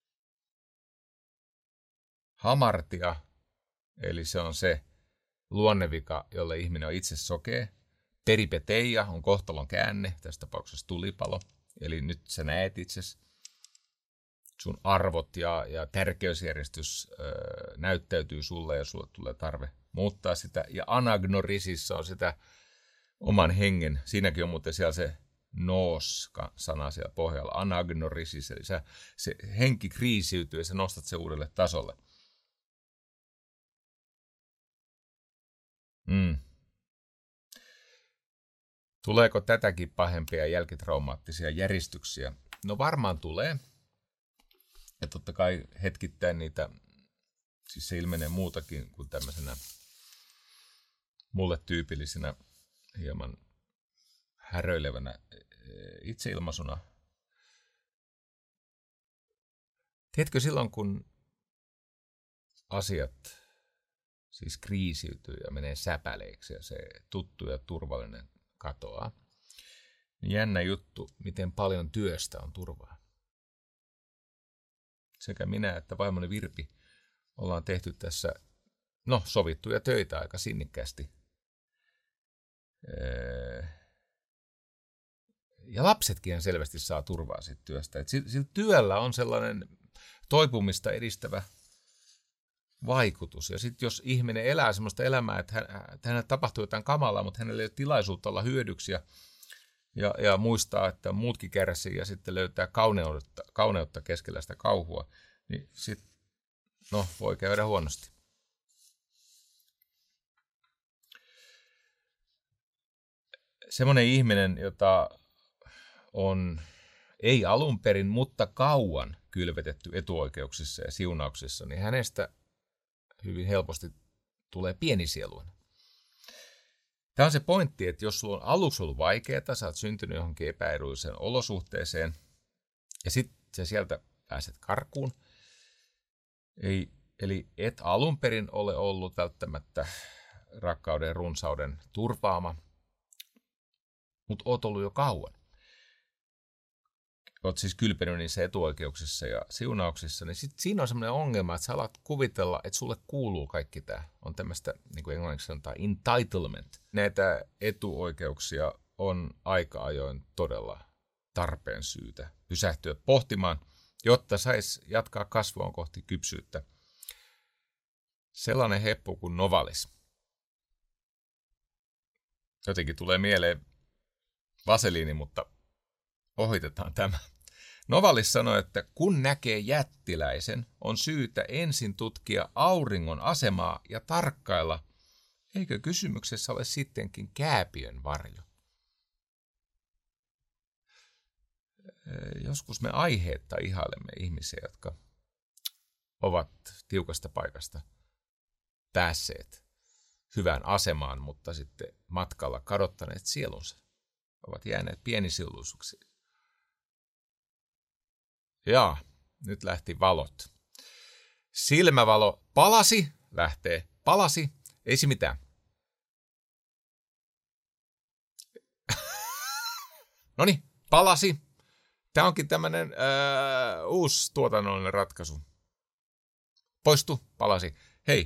Hamartia, eli se on se luonnevika, jolle ihminen on itse sokea. Peripeteia on kohtalon käänne, tässä tapauksessa tulipalo. Eli nyt sä näet itsesi, sun arvot ja tärkeysjärjestys näyttäytyy sulle ja sulle tulee tarve muuttaa sitä. Ja anagnorisissa on sitä oman hengen, siinäkin on muuten siellä se noos-sana siellä pohjalla, anagnorisis, eli se henki kriisiytyy ja sä nostat se uudelle tasolle. Tuleeko tätäkin pahempia jälkitraumaattisia järistyksiä? No varmaan tulee. Ja totta kai hetkittäin niitä, siis se ilmenee muutakin kuin tämmöisenä mulle tyypillisenä hieman häröilevänä itseilmaisuna. Tiedätkö, silloin kun asiat siis kriisiytyy ja menee säpäleiksi ja se tuttu ja turvallinen katoaa, niin jännä juttu, miten paljon työstä on turvaa. Sekä minä että vaimoni Virpi ollaan tehty tässä sovittuja töitä aika sinnikkäästi. Ja lapsetkin selvästi saa turvaa siitä työstä. Et sillä työllä on sellainen toipumista edistävä vaikutus. Ja sitten jos ihminen elää sellaista elämää, että hänelle tapahtuu jotain kamalaa, mutta hänelle ei ole tilaisuutta olla hyödyksi ja muistaa, että muutkin kärsii ja sitten löytää kauneutta keskellä sitä kauhua, niin sitten voi käydä huonosti. Semmoinen ihminen, jota on ei alun perin, mutta kauan kylvetetty etuoikeuksissa ja siunauksissa, niin hänestä hyvin helposti tulee pienisieluinen. Tämä on se pointti, että jos sulla on aluksi ollut vaikeaa, sä oot syntynyt johonkin epäedulliseen olosuhteeseen, ja sitten sä sieltä pääset karkuun, eli et alun perin ole ollut välttämättä rakkauden ja runsauden turvaama, mutta oot ollut jo kauan. Oot siis kylpenyt niissä etuoikeuksissa ja siunauksissa, niin sit siinä on semmoinen ongelma, että sä alat kuvitella, että sulle kuuluu kaikki tämä. On tämmöistä, niin kuin englanniksi sanotaan, entitlement. Näitä etuoikeuksia on aika ajoin todella tarpeen syytä pysähtyä pohtimaan, jotta saisi jatkaa kasvuaan kohti kypsyyttä. Sellainen heppu kuin Novalis. Jotenkin tulee mieleen vaseliini, mutta ohitetaan tämä. Novalis sanoi, että kun näkee jättiläisen, on syytä ensin tutkia auringon asemaa ja tarkkailla, eikö kysymyksessä ole sittenkin kääpiön varjo. Joskus me aiheetta ihailemme ihmisiä, jotka ovat tiukasta paikasta päässeet hyvään asemaan, mutta sitten matkalla kadottaneet sielunsa. Ovat jääneet pienisilluisuksi. Ja nyt lähti valot. Silmävalo palasi, palasi, ei se mitään. Noniin, palasi. Tämä onkin tämmöinen uusi tuotannollinen ratkaisu. Poistu, palasi. Hei,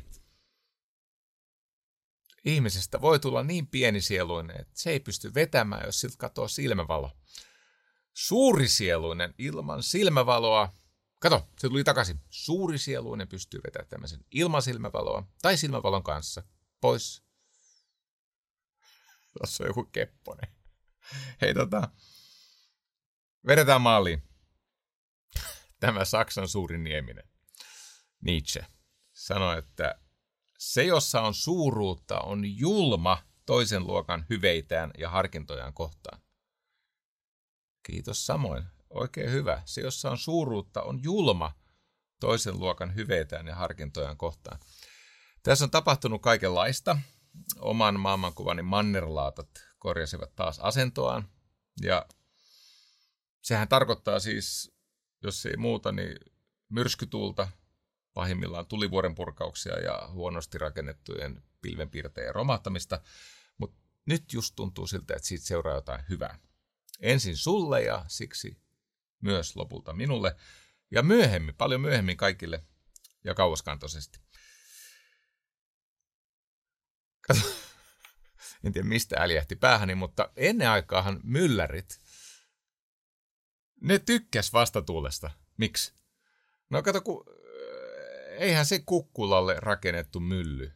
ihmisestä voi tulla niin pienisieluinen, että se ei pysty vetämään, jos siltä katoaa silmävalo. Suurisieluinen ilman silmävaloa. Kato, se tuli takaisin. Suurisieluinen pystyy vetämään tämmöisen ilman silmävaloa tai silmävalon kanssa. Pois. Tuossa on joku kepponen. Hei vedetään maaliin. Tämä Saksan suuri nieminen. Nietzsche sanoi, että se, jossa on suuruutta, on julma toisen luokan hyveitään ja harkintojaan kohtaan. Kiitos samoin. Oikein hyvä. Se, jossa on suuruutta, on julma toisen luokan hyveitään ja harkintojaan kohtaan. Tässä on tapahtunut kaikenlaista. Oman maailmankuvani mannerlaatat korjasivat taas asentoaan. Ja sehän tarkoittaa siis, jos ei muuta, niin myrskytuulta, pahimmillaan tulivuorenpurkauksia ja huonosti rakennettujen pilvenpiirteiden romahtamista. Mutta nyt just tuntuu siltä, että siitä seuraa jotain hyvää. Ensin sulle ja siksi myös lopulta minulle. Ja myöhemmin, paljon myöhemmin kaikille ja kauaskantoisesti. En tiedä mistä äljähti päähäni, mutta ennen aikaahan myllärit, ne tykkäs vastatuulesta. Miksi? No kato, kun eihän se kukkulalle rakennettu mylly.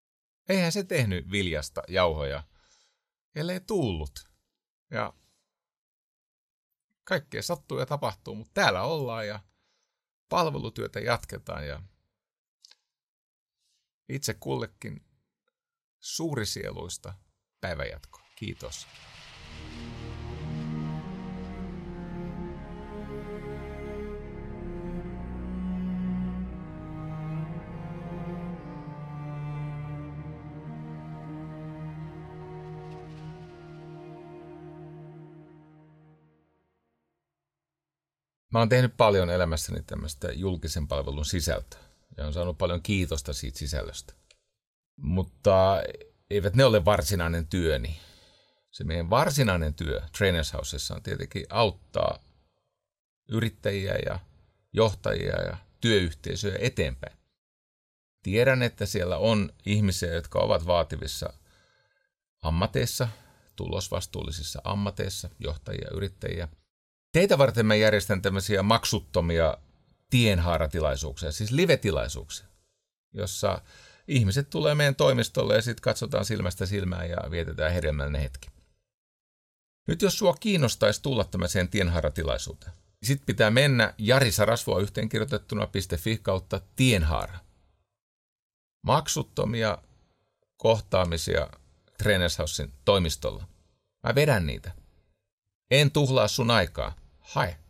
Eihän se tehnyt viljasta jauhoja, ellei tullut. Ja Kaikkea sattuu ja tapahtuu, mutta täällä ollaan ja palvelutyötä jatketaan ja itse kullekin suurisieluista päivänjatkoa. Kiitos. Mä oon tehnyt paljon elämässäni tämmöistä julkisen palvelun sisältöä ja on saanut paljon kiitosta siitä sisällöstä. Mutta eivät ne ole varsinainen työni. Se meidän varsinainen työ Trainers Housessa on tietenkin auttaa yrittäjiä ja johtajia ja työyhteisöjä eteenpäin. Tiedän, että siellä on ihmisiä, jotka ovat vaativissa ammateissa, tulosvastuullisissa ammateissa, johtajia, yrittäjiä. Teitä varten mä järjestän tämmöisiä maksuttomia tienhaaratilaisuuksia, siis live-tilaisuuksia, jossa ihmiset tulee meidän toimistolle ja sitten katsotaan silmästä silmään ja vietetään hedelmällinen hetki. Nyt jos sua kiinnostaisi tulla tämmöiseen tienhaaratilaisuuteen, sitten pitää mennä jarisarasvoa yhteenkirjoitettuna.fi kautta tienhaara. Maksuttomia kohtaamisia Trainers Housen toimistolla. Mä vedän niitä. En tuhlaa sun aikaa. Hae.